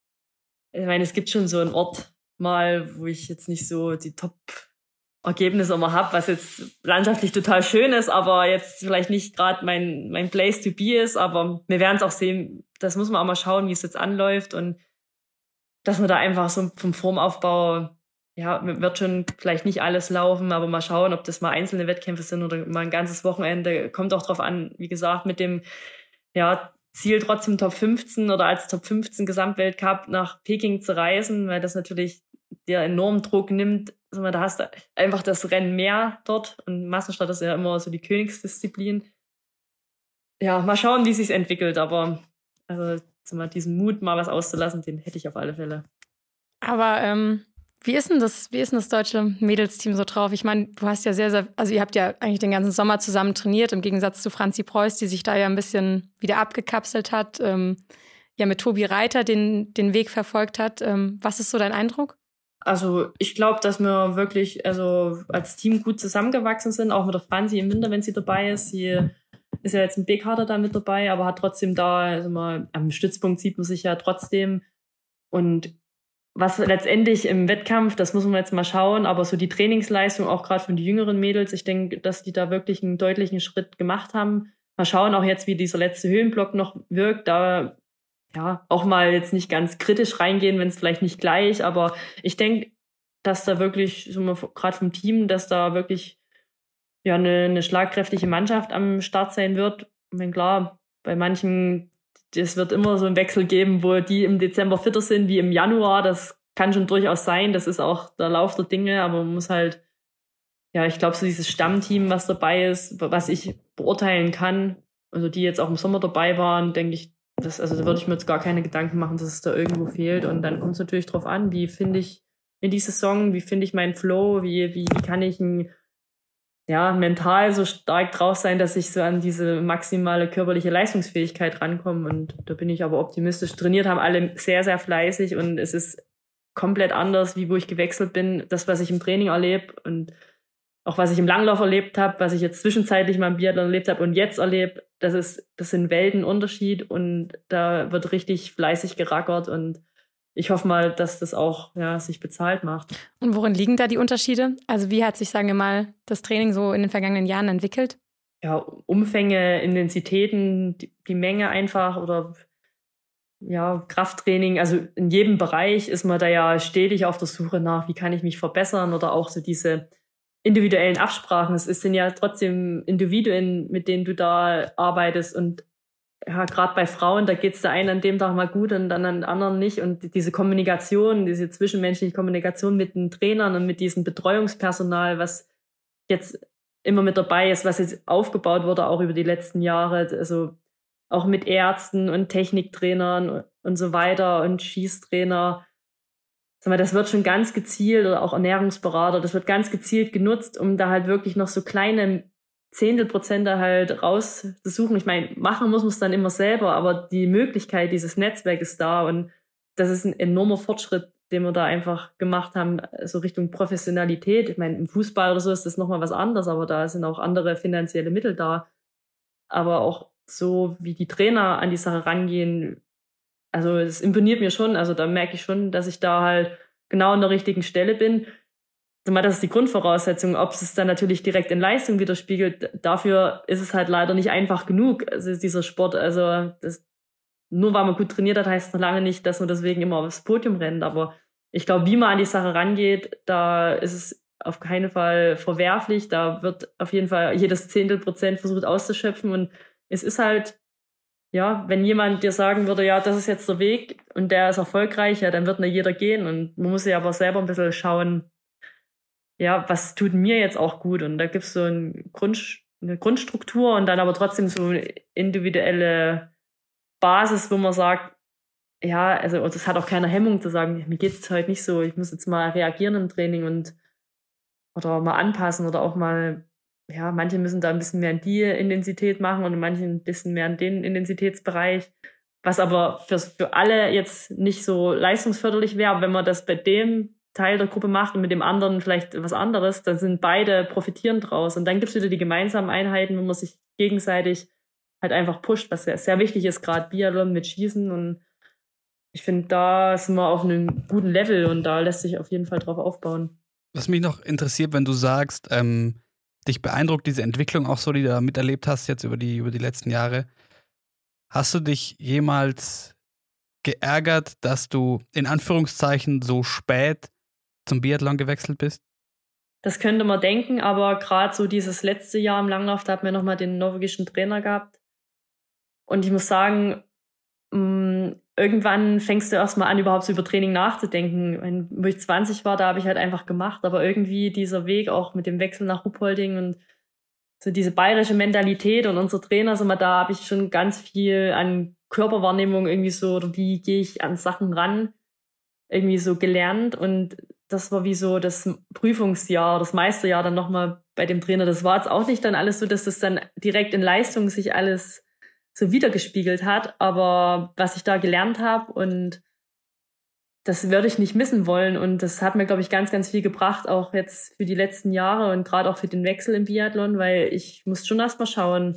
Ich meine, es gibt schon so einen Ort mal, wo ich jetzt nicht so die Top-Ergebnisse immer habe, was jetzt landschaftlich total schön ist, aber jetzt vielleicht nicht gerade mein, mein Place to be ist. Aber wir werden es auch sehen. Das muss man auch mal schauen, wie es jetzt anläuft und dass man da einfach so vom Formaufbau, ja, wird schon vielleicht nicht alles laufen, aber mal schauen, ob das mal einzelne Wettkämpfe sind oder mal ein ganzes Wochenende. Kommt auch drauf an, wie gesagt, mit dem, ja, Ziel trotzdem Top fünfzehn oder als Top fünfzehn Gesamtweltcup nach Peking zu reisen, weil das natürlich dir enormen Druck nimmt. Also, da hast du einfach das Rennen mehr dort und Massenstart ist ja immer so die Königsdisziplin. Ja, mal schauen, wie es sich entwickelt, aber also mal diesen Mut, mal was auszulassen, den hätte ich auf alle Fälle. Aber ähm, wie ist denn das, wie ist denn das deutsche Mädelsteam so drauf? Ich meine, du hast ja sehr, sehr, also ihr habt ja eigentlich den ganzen Sommer zusammen trainiert, im Gegensatz zu Franzi Preuß, die sich da ja ein bisschen wieder abgekapselt hat, ähm, ja mit Tobi Reiter den, den Weg verfolgt hat. Ähm, was ist so dein Eindruck? Also ich glaube, dass wir wirklich also als Team gut zusammengewachsen sind, auch mit der Franzi im Winter, wenn sie dabei ist. Sie ist ja jetzt im B-Kader da mit dabei, aber hat trotzdem da, also mal am Stützpunkt sieht man sich ja trotzdem. Und was letztendlich im Wettkampf, das muss man jetzt mal schauen, aber so die Trainingsleistung auch gerade von den jüngeren Mädels, ich denke, dass die da wirklich einen deutlichen Schritt gemacht haben. Mal schauen auch jetzt, wie dieser letzte Höhenblock noch wirkt, da ja auch mal jetzt nicht ganz kritisch reingehen, wenn es vielleicht nicht gleich, aber ich denke, dass da wirklich, so gerade vom Team, dass da wirklich ja eine, eine schlagkräftige Mannschaft am Start sein wird. Ich meine, klar, bei manchen, es wird immer so einen Wechsel geben, wo die im Dezember fitter sind wie im Januar. Das kann schon durchaus sein. Das ist auch der Lauf der Dinge, aber man muss halt, ja, ich glaube, so dieses Stammteam, was dabei ist, was ich beurteilen kann, also die jetzt auch im Sommer dabei waren, denke ich, das, also da würde ich mir jetzt gar keine Gedanken machen, dass es da irgendwo fehlt. Und dann kommt es natürlich drauf an, wie finde ich in die Saison, wie finde ich meinen Flow, wie, wie, wie kann ich ein ja, mental so stark drauf sein, dass ich so an diese maximale körperliche Leistungsfähigkeit rankomme. Und da bin ich aber optimistisch. Trainiert haben alle sehr, sehr fleißig und es ist komplett anders, wie wo ich gewechselt bin. Das, was ich im Training erlebe und auch was ich im Langlauf erlebt habe, was ich jetzt zwischenzeitlich mal im Biathlon erlebt habe und jetzt erlebe, das ist, das sind Weltenunterschied und da wird richtig fleißig gerackert und ich hoffe mal, dass das auch ja, sich bezahlt macht. Und worin liegen da die Unterschiede? Also wie hat sich, sagen wir mal, das Training so in den vergangenen Jahren entwickelt? Ja, Umfänge, Intensitäten, die, die Menge einfach oder ja, Krafttraining. Also in jedem Bereich ist man da ja stetig auf der Suche nach, wie kann ich mich verbessern oder auch so diese individuellen Absprachen. Es sind ja trotzdem Individuen, mit denen du da arbeitest und ja, gerade bei Frauen, da geht's der einen an dem Tag mal gut und dann an den anderen nicht. Und diese Kommunikation, diese zwischenmenschliche Kommunikation mit den Trainern und mit diesem Betreuungspersonal, was jetzt immer mit dabei ist, was jetzt aufgebaut wurde, auch über die letzten Jahre, also auch mit Ärzten und Techniktrainern und so weiter und Schießtrainer. Sag mal, das wird schon ganz gezielt oder auch Ernährungsberater, das wird ganz gezielt genutzt, um da halt wirklich noch so kleine Zehntelprozent halt rauszusuchen. Ich meine, machen muss man es dann immer selber, aber die Möglichkeit, dieses Netzwerk ist da und das ist ein enormer Fortschritt, den wir da einfach gemacht haben, so Richtung Professionalität. Ich meine, im Fußball oder so ist das nochmal was anderes, aber da sind auch andere finanzielle Mittel da. Aber auch so, wie die Trainer an die Sache rangehen, also es imponiert mir schon, also da merke ich schon, dass ich da halt genau an der richtigen Stelle bin. Das ist die Grundvoraussetzung. Ob es dann natürlich direkt in Leistung widerspiegelt, dafür ist es halt leider nicht einfach genug. Also dieser Sport, also das, nur weil man gut trainiert hat, heißt es noch lange nicht, dass man deswegen immer aufs Podium rennt. Aber ich glaube, wie man an die Sache rangeht, da ist es auf keinen Fall verwerflich. Da wird auf jeden Fall jedes Zehntel Prozent versucht auszuschöpfen. Und es ist halt, ja, wenn jemand dir sagen würde, ja, das ist jetzt der Weg und der ist erfolgreich, ja, dann wird nur jeder gehen. Und man muss ja aber selber ein bisschen schauen, ja, was tut mir jetzt auch gut? Und da gibt es so ein Grund, eine Grundstruktur und dann aber trotzdem so eine individuelle Basis, wo man sagt, ja, also das hat auch keine Hemmung zu sagen, mir geht es heute nicht so, ich muss jetzt mal reagieren im Training und oder mal anpassen oder auch mal, ja, manche müssen da ein bisschen mehr in die Intensität machen und manche ein bisschen mehr in den Intensitätsbereich, was aber für, für alle jetzt nicht so leistungsförderlich wäre, aber wenn man das bei dem Teil der Gruppe macht und mit dem anderen vielleicht was anderes, dann sind beide profitieren draus. Und dann gibt es wieder die gemeinsamen Einheiten, wo man sich gegenseitig halt einfach pusht, was sehr, sehr wichtig ist, gerade Biathlon mit Schießen. Und ich finde, da sind wir auf einem guten Level und da lässt sich auf jeden Fall drauf aufbauen. Was mich noch interessiert, wenn du sagst, ähm, dich beeindruckt diese Entwicklung auch so, die du da miterlebt hast jetzt über die, über die letzten Jahre. Hast du dich jemals geärgert, dass du in Anführungszeichen so spät zum Biathlon gewechselt bist? Das könnte man denken, aber gerade so dieses letzte Jahr im Langlauf, da hatten wir nochmal den norwegischen Trainer gehabt. Und ich muss sagen, mh, irgendwann fängst du erstmal an, überhaupt so über Training nachzudenken. Wenn, wo ich zwanzig war, da habe ich halt einfach gemacht. Aber irgendwie dieser Weg auch mit dem Wechsel nach Ruhpolding und so diese bayerische Mentalität und unser Trainer, so mal da habe ich schon ganz viel an Körperwahrnehmung irgendwie so, oder wie gehe ich an Sachen ran, irgendwie so gelernt. Und das war wie so das Prüfungsjahr, das Meisterjahr dann nochmal bei dem Trainer. Das war jetzt auch nicht dann alles so, dass das dann direkt in Leistung sich alles so wiedergespiegelt hat. Aber was ich da gelernt habe und das würde ich nicht missen wollen. Und das hat mir, glaube ich, ganz, ganz viel gebracht, auch jetzt für die letzten Jahre und gerade auch für den Wechsel im Biathlon, weil ich muss schon erst mal schauen,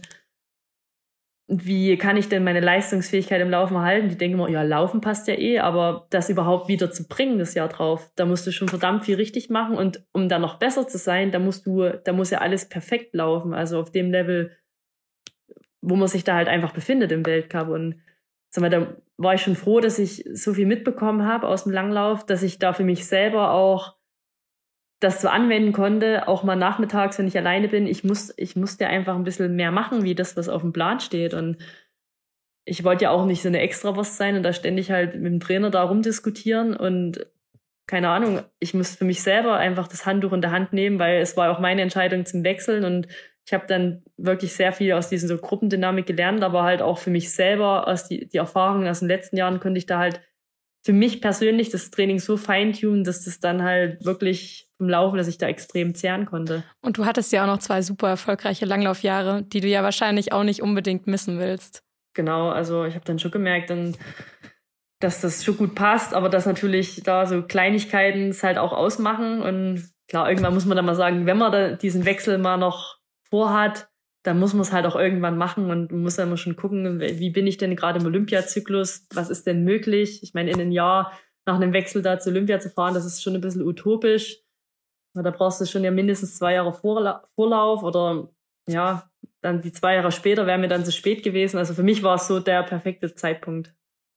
wie kann ich denn meine Leistungsfähigkeit im Laufen halten? Die denken immer, ja, Laufen passt ja eh, aber das überhaupt wieder zu bringen, das Jahr drauf, da musst du schon verdammt viel richtig machen und um dann noch besser zu sein, da musst du, da muss ja alles perfekt laufen, also auf dem Level, wo man sich da halt einfach befindet im Weltcup. Und sag mal, da war ich schon froh, dass ich so viel mitbekommen habe aus dem Langlauf, dass ich da für mich selber auch das so anwenden konnte, auch mal nachmittags, wenn ich alleine bin. Ich muss, ich musste einfach ein bisschen mehr machen, wie das, was auf dem Plan steht. Und ich wollte ja auch nicht so eine Extrawurst sein und da ständig halt mit dem Trainer da rumdiskutieren. Und keine Ahnung, ich muss für mich selber einfach das Handtuch in der Hand nehmen, weil es war auch meine Entscheidung zum Wechseln. Und ich habe dann wirklich sehr viel aus dieser so Gruppendynamik gelernt, aber halt auch für mich selber, aus die, die Erfahrungen aus den letzten Jahren konnte ich da halt für mich persönlich das Training so feintunen, dass das dann halt wirklich vom Laufen, dass ich da extrem zehren konnte. Und du hattest ja auch noch zwei super erfolgreiche Langlaufjahre, die du ja wahrscheinlich auch nicht unbedingt missen willst. Genau, also ich habe dann schon gemerkt, dann, dass das schon gut passt, aber dass natürlich da so Kleinigkeiten es halt auch ausmachen. Und klar, irgendwann muss man dann mal sagen, wenn man da diesen Wechsel mal noch vorhat, dann muss man es halt auch irgendwann machen und man muss dann mal schon gucken, wie bin ich denn gerade im Olympiazyklus, was ist denn möglich? Ich meine, in einem Jahr nach einem Wechsel da zu Olympia zu fahren, das ist schon ein bisschen utopisch. Da brauchst du schon ja mindestens zwei Jahre Vorla- Vorlauf oder ja, dann die zwei Jahre später wäre mir dann zu spät gewesen. Also für mich war es so der perfekte Zeitpunkt.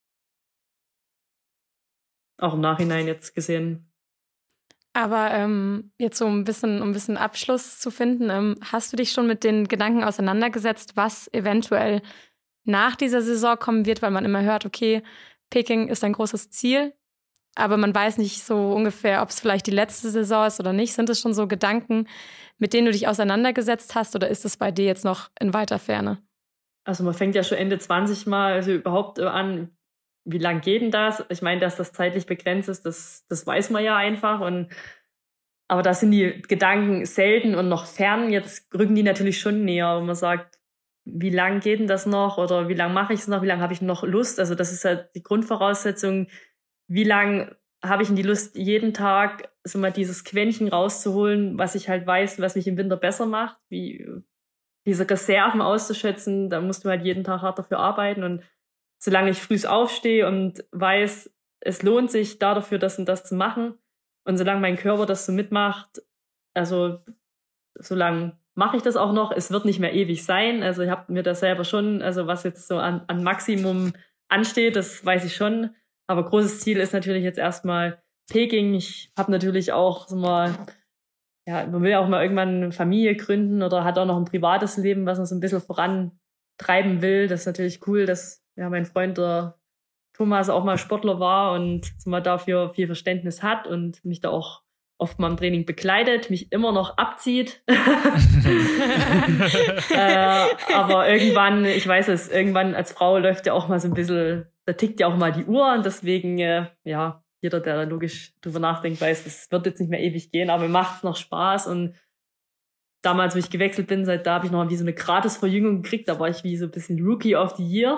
Auch im Nachhinein jetzt gesehen. Aber ähm, jetzt so ein bisschen, um ein bisschen Abschluss zu finden, ähm, hast du dich schon mit den Gedanken auseinandergesetzt, was eventuell nach dieser Saison kommen wird, weil man immer hört, okay, Peking ist ein großes Ziel, aber man weiß nicht so ungefähr, ob es vielleicht die letzte Saison ist oder nicht. Sind es schon so Gedanken, mit denen du dich auseinandergesetzt hast oder ist es bei dir jetzt noch in weiter Ferne? Also man fängt ja schon Ende zwanzig mal also überhaupt an, wie lang geht denn das? Ich meine, dass das zeitlich begrenzt ist, das, das weiß man ja einfach. Und, aber da sind die Gedanken selten und noch fern. Jetzt rücken die natürlich schon näher, wo man sagt, wie lang geht denn das noch? Oder wie lange mache ich es noch? Wie lange habe ich noch Lust? Also das ist halt die Grundvoraussetzung. Wie lange habe ich denn die Lust, jeden Tag so mal dieses Quäntchen rauszuholen, was ich halt weiß, was mich im Winter besser macht? Wie diese Reserven auszuschätzen, da musst du halt jeden Tag hart dafür arbeiten. Und solange ich früh aufstehe und weiß, es lohnt sich da dafür, das und das zu machen. Und solange mein Körper das so mitmacht, also solange mache ich das auch noch. Es wird nicht mehr ewig sein. Also ich habe mir das selber schon, also was jetzt so an, an Maximum ansteht, das weiß ich schon. Aber großes Ziel ist natürlich jetzt erstmal Peking. Ich habe natürlich auch so mal, ja, man will auch mal irgendwann eine Familie gründen oder hat auch noch ein privates Leben, was man so ein bisschen vorantreiben will. Das ist natürlich cool, dass ja, mein Freund der Thomas auch mal Sportler war und so mal dafür viel Verständnis hat und mich da auch oft mal im Training begleitet, mich immer noch abzieht. äh, aber irgendwann, ich weiß es, irgendwann als Frau läuft ja auch mal so ein bisschen, da tickt ja auch mal die Uhr und deswegen, äh, ja, jeder, der logisch drüber nachdenkt, weiß, das wird jetzt nicht mehr ewig gehen, aber mir macht es noch Spaß und damals, wo ich gewechselt bin, seit da habe ich noch wie so eine Gratis-Verjüngung gekriegt, da war ich wie so ein bisschen Rookie of the Year.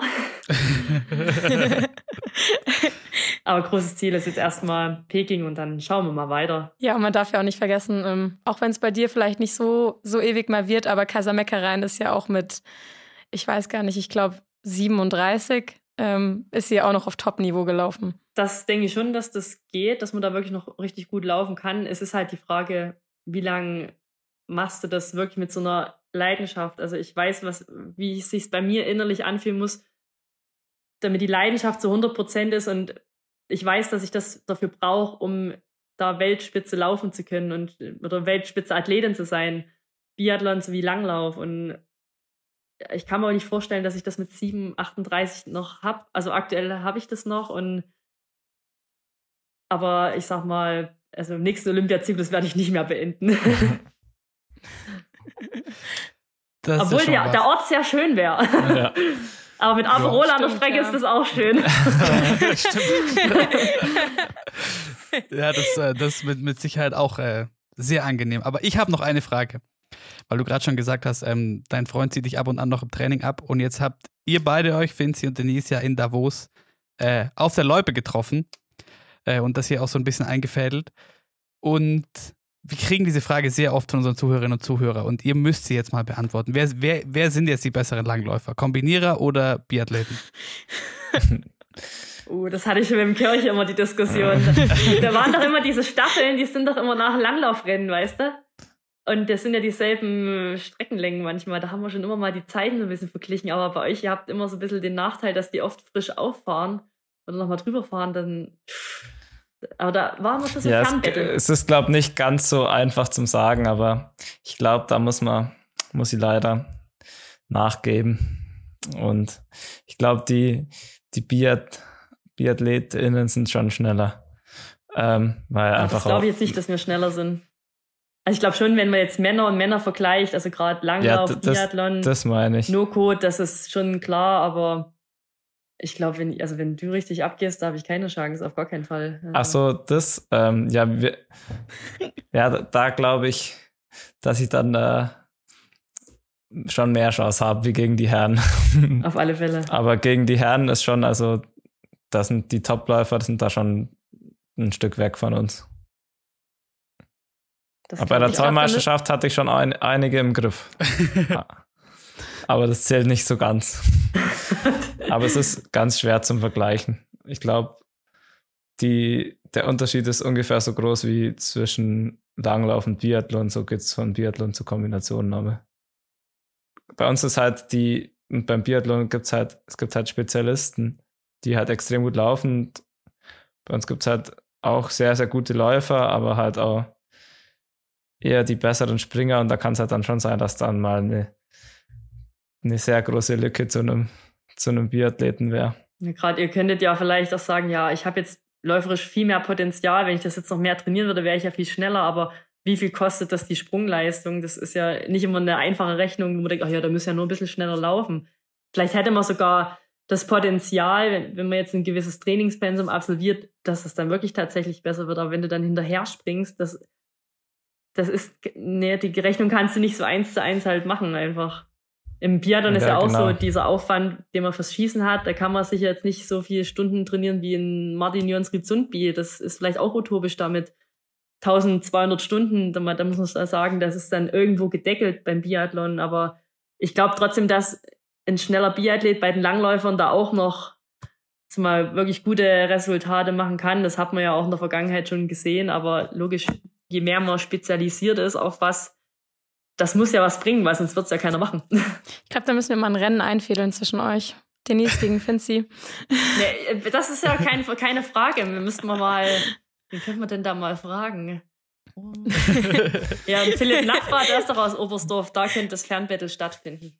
Aber großes Ziel ist jetzt erstmal Peking und dann schauen wir mal weiter. Ja, und man darf ja auch nicht vergessen, ähm, auch wenn es bei dir vielleicht nicht so, so ewig mal wird, aber Kaiser Meckereien ist ja auch mit, ich weiß gar nicht, ich glaube siebenunddreißig, ähm, ist sie ja auch noch auf Top-Niveau gelaufen. Das denke ich schon, dass das geht, dass man da wirklich noch richtig gut laufen kann. Es ist halt die Frage, wie lange machst du das wirklich mit so einer Leidenschaft? Also ich weiß, was, wie es sich bei mir innerlich anfühlen muss, damit die Leidenschaft zu hundert Prozent ist und ich weiß, dass ich das dafür brauche, um da Weltspitze laufen zu können und oder Weltspitze Athletin zu sein. Biathlon sowie Langlauf. Und ich kann mir auch nicht vorstellen, dass ich das mit sieben achtunddreißig noch habe. Also aktuell habe ich das noch. Und aber ich sag mal, also im nächsten Olympiazyklus werde ich nicht mehr beenden. Das Obwohl ja der, der Ort sehr schön wäre. Ja. Aber mit Aperol ja, an der Strecke ja. ist das auch schön. Ja, das, das ist mit, mit Sicherheit auch äh, sehr angenehm. Aber ich habe noch eine Frage. Weil du gerade schon gesagt hast, ähm, dein Freund zieht dich ab und an noch im Training ab. Und jetzt habt ihr beide euch, Finzi und Denise, ja in Davos äh, auf der Loipe getroffen. Äh, und das hier auch so ein bisschen eingefädelt. Und wir kriegen diese Frage sehr oft von unseren Zuhörerinnen und Zuhörern und ihr müsst sie jetzt mal beantworten. Wer, wer, wer sind jetzt die besseren Langläufer? Kombinierer oder Biathleten? Uh, das hatte ich schon mit dem Kirche immer, die Diskussion. Da waren doch immer diese Staffeln, die sind doch immer nach Langlaufrennen, weißt du? Und das sind ja dieselben Streckenlängen manchmal. Da haben wir schon immer mal die Zeiten so ein bisschen verglichen. Aber bei euch, ihr habt immer so ein bisschen den Nachteil, dass die oft frisch auffahren oder nochmal drüber fahren, dann... Aber da war immer schon so ja, Fernbattle. Es, es ist, glaube ich, nicht ganz so einfach zum Sagen, aber ich glaube, da muss man, muss sie leider nachgeben. Und ich glaube, die, die Biath, BiathletInnen sind schon schneller. Ähm, weil Ach, einfach das glaube ich jetzt nicht, dass wir schneller sind. Also ich glaube schon, wenn man jetzt Männer und Männer vergleicht, also gerade Langlauf, ja, das, Biathlon, das meine ich. No-Code, das ist schon klar, aber ich glaube, wenn, also wenn du richtig abgehst, da habe ich keine Chance, auf gar keinen Fall. Also. Ach so, das, ähm, ja, wir, ja, da, da glaube ich, dass ich dann äh, schon mehr Chance habe wie gegen die Herren. Auf alle Fälle. Aber gegen die Herren ist schon, also, das sind die Topläufer, das sind da schon ein Stück weg von uns. Das Aber bei der Zollmeisterschaft hatte ich schon ein, einige im Griff. Aber das zählt nicht so ganz. Aber es ist ganz schwer zum Vergleichen. Ich glaube, der Unterschied ist ungefähr so groß wie zwischen Langlauf und Biathlon. So geht es von Biathlon zur Kombinationnahme. Bei uns ist halt die, und beim Biathlon gibt es halt, es gibt halt Spezialisten, die halt extrem gut laufen. Bei uns gibt es halt auch sehr, sehr gute Läufer, aber halt auch eher die besseren Springer. Und da kann es halt dann schon sein, dass dann mal eine, eine sehr große Lücke zu einem zu einem Biathleten wäre. Ja, gerade ihr könntet ja vielleicht auch sagen, ja, ich habe jetzt läuferisch viel mehr Potenzial, wenn ich das jetzt noch mehr trainieren würde, wäre ich ja viel schneller, aber wie viel kostet das die Sprungleistung? Das ist ja nicht immer eine einfache Rechnung, wo man denkt, ach ja, da muss ja nur ein bisschen schneller laufen. Vielleicht hätte man sogar das Potenzial, wenn, wenn man jetzt ein gewisses Trainingspensum absolviert, dass es dann wirklich tatsächlich besser wird, aber wenn du dann hinterher springst, das, das ist, ne, die Rechnung kannst du nicht so eins zu eins halt machen einfach. Im Biathlon ist ja, ja auch genau. so dieser Aufwand, den man fürs Schießen hat, da kann man sicher jetzt nicht so viele Stunden trainieren wie in Martin Jonsrud Sundby. Das ist vielleicht auch utopisch damit. zwölfhundert Stunden, da muss man sagen, das ist dann irgendwo gedeckelt beim Biathlon. Aber ich glaube trotzdem, dass ein schneller Biathlet bei den Langläufern da auch noch mal wirklich gute Resultate machen kann. Das hat man ja auch in der Vergangenheit schon gesehen. Aber logisch, je mehr man spezialisiert ist auf was, das muss ja was bringen, weil sonst wird es ja keiner machen. Ich glaube, da müssen wir mal ein Rennen einfädeln zwischen euch. Denise gegen Finzi. Nee, das ist ja kein, keine Frage. Wir müssten mal, wie können wir denn da mal fragen? Oh. Ja, und Philipp Nafra, der ist doch aus Oberstdorf, da könnte das Fernbattle stattfinden.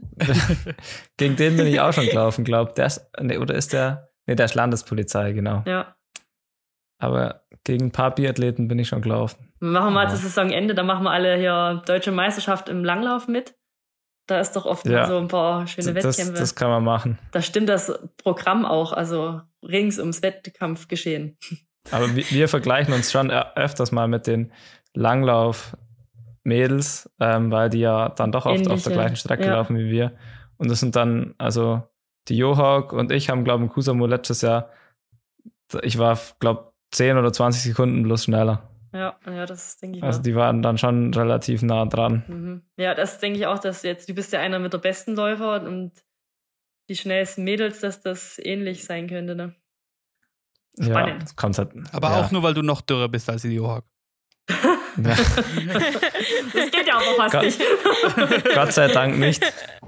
Gegen den bin ich auch schon gelaufen, glaube ich. Nee, oder ist der, nee, der ist Landespolizei, genau. Ja. Aber gegen ein paar Biathleten bin ich schon gelaufen. Machen wir mal Ja. das Saisonende, dann machen wir alle hier Deutsche Meisterschaft im Langlauf mit. Da ist doch oft Ja. mal so ein paar schöne Das, Wettkämpfe. das kann man machen. Da stimmt das Programm auch, also rings ums Wettkampfgeschehen. Aber wir, wir vergleichen uns schon ö- öfters mal mit den Langlauf-Mädels, ähm, weil die ja dann doch oft auf Ähnliche, der gleichen Strecke ja. laufen wie wir. Und das sind dann, also die Johawk und ich haben, glaube ich, in Kusamo letztes Jahr, ich war, glaube zehn oder zwanzig Sekunden bloß schneller. Ja, ja, das denke ich Also mal. die waren dann schon relativ nah dran. Mhm. Ja, das denke ich auch, dass jetzt, du bist ja einer mit der besten Läufer und die schnellsten Mädels, dass das ähnlich sein könnte, ne? Spannend. Ja, kommt halt, Aber ja. auch nur, weil du noch dürrer bist als die Johawk. Ja. Das geht ja aber fast Gott. nicht. Gott sei Dank nicht.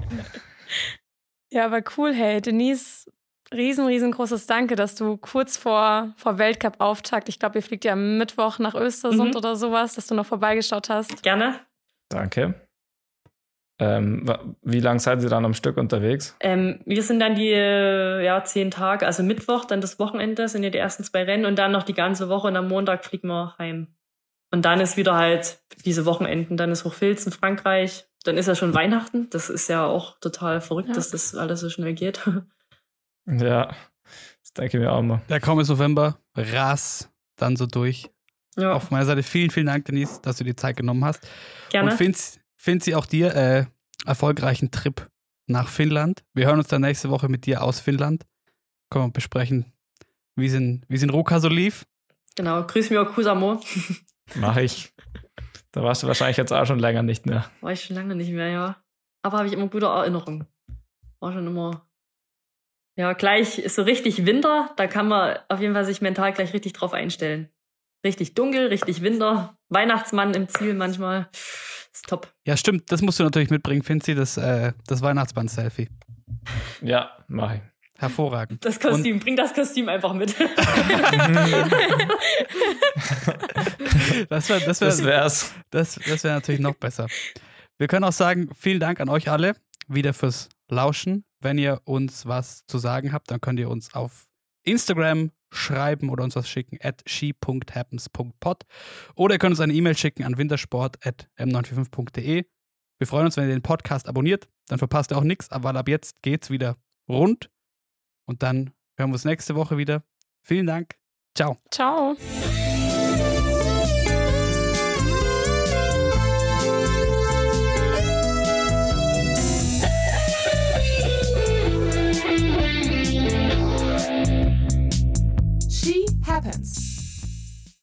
Ja, aber cool, hey, Denise, riesen, riesengroßes Danke, dass du kurz vor, vor Weltcup-Auftakt, ich glaube, ihr fliegt ja am Mittwoch nach Östersund Mhm. oder sowas, dass du noch vorbeigeschaut hast. Gerne. Danke. Ähm, wa- wie lange seid ihr dann am Stück unterwegs? Ähm, wir sind dann die äh, ja, zehn Tage, also Mittwoch, dann das Wochenende, sind ja die ersten zwei Rennen und dann noch die ganze Woche und am Montag fliegen wir heim. Und dann ist wieder halt diese Wochenenden, dann ist Hochfilz in Frankreich, dann ist ja schon Weihnachten. Das ist ja auch total verrückt, Ja. dass das alles so schnell geht. Ja, das denke ich mir auch mal. Der kommende November, ras dann so durch. Ja, Auf meiner Seite vielen, vielen Dank, Denise, dass du dir Zeit genommen hast. gerne. Und Finzi, Finzi, auch dir äh, erfolgreichen Trip nach Finnland. Wir hören uns dann nächste Woche mit dir aus Finnland. Können wir besprechen, wie es in, wie es in Ruka so lief. Genau, grüß mich auch Kusamo. Mache ich. Da warst du wahrscheinlich jetzt auch schon länger nicht mehr. War ich schon lange nicht mehr, ja. Aber habe ich immer gute Erinnerungen. War schon immer, ja, gleich ist so richtig Winter, da kann man auf jeden Fall sich mental gleich richtig drauf einstellen. Richtig dunkel, richtig Winter, Weihnachtsmann im Ziel manchmal. Ist top. Ja, stimmt, das musst du natürlich mitbringen, Finzi, das, äh, das Weihnachtsband-Selfie. Ja, mache ich. Hervorragend. Das Kostüm, bring das Kostüm einfach mit. Das wäre das Das wär, wär's. das, das wär natürlich noch besser. Wir können auch sagen, vielen Dank an euch alle wieder fürs Lauschen. Wenn ihr uns was zu sagen habt, dann könnt ihr uns auf Instagram schreiben oder uns was schicken at she punkt happens punkt pod oder ihr könnt uns eine E-Mail schicken an wintersport at m neun vier fünf punkt de. Wir freuen uns, wenn ihr den Podcast abonniert, dann verpasst ihr auch nichts, aber ab jetzt geht's wieder rund und dann hören wir uns nächste Woche wieder. Vielen Dank. Ciao. Ciao.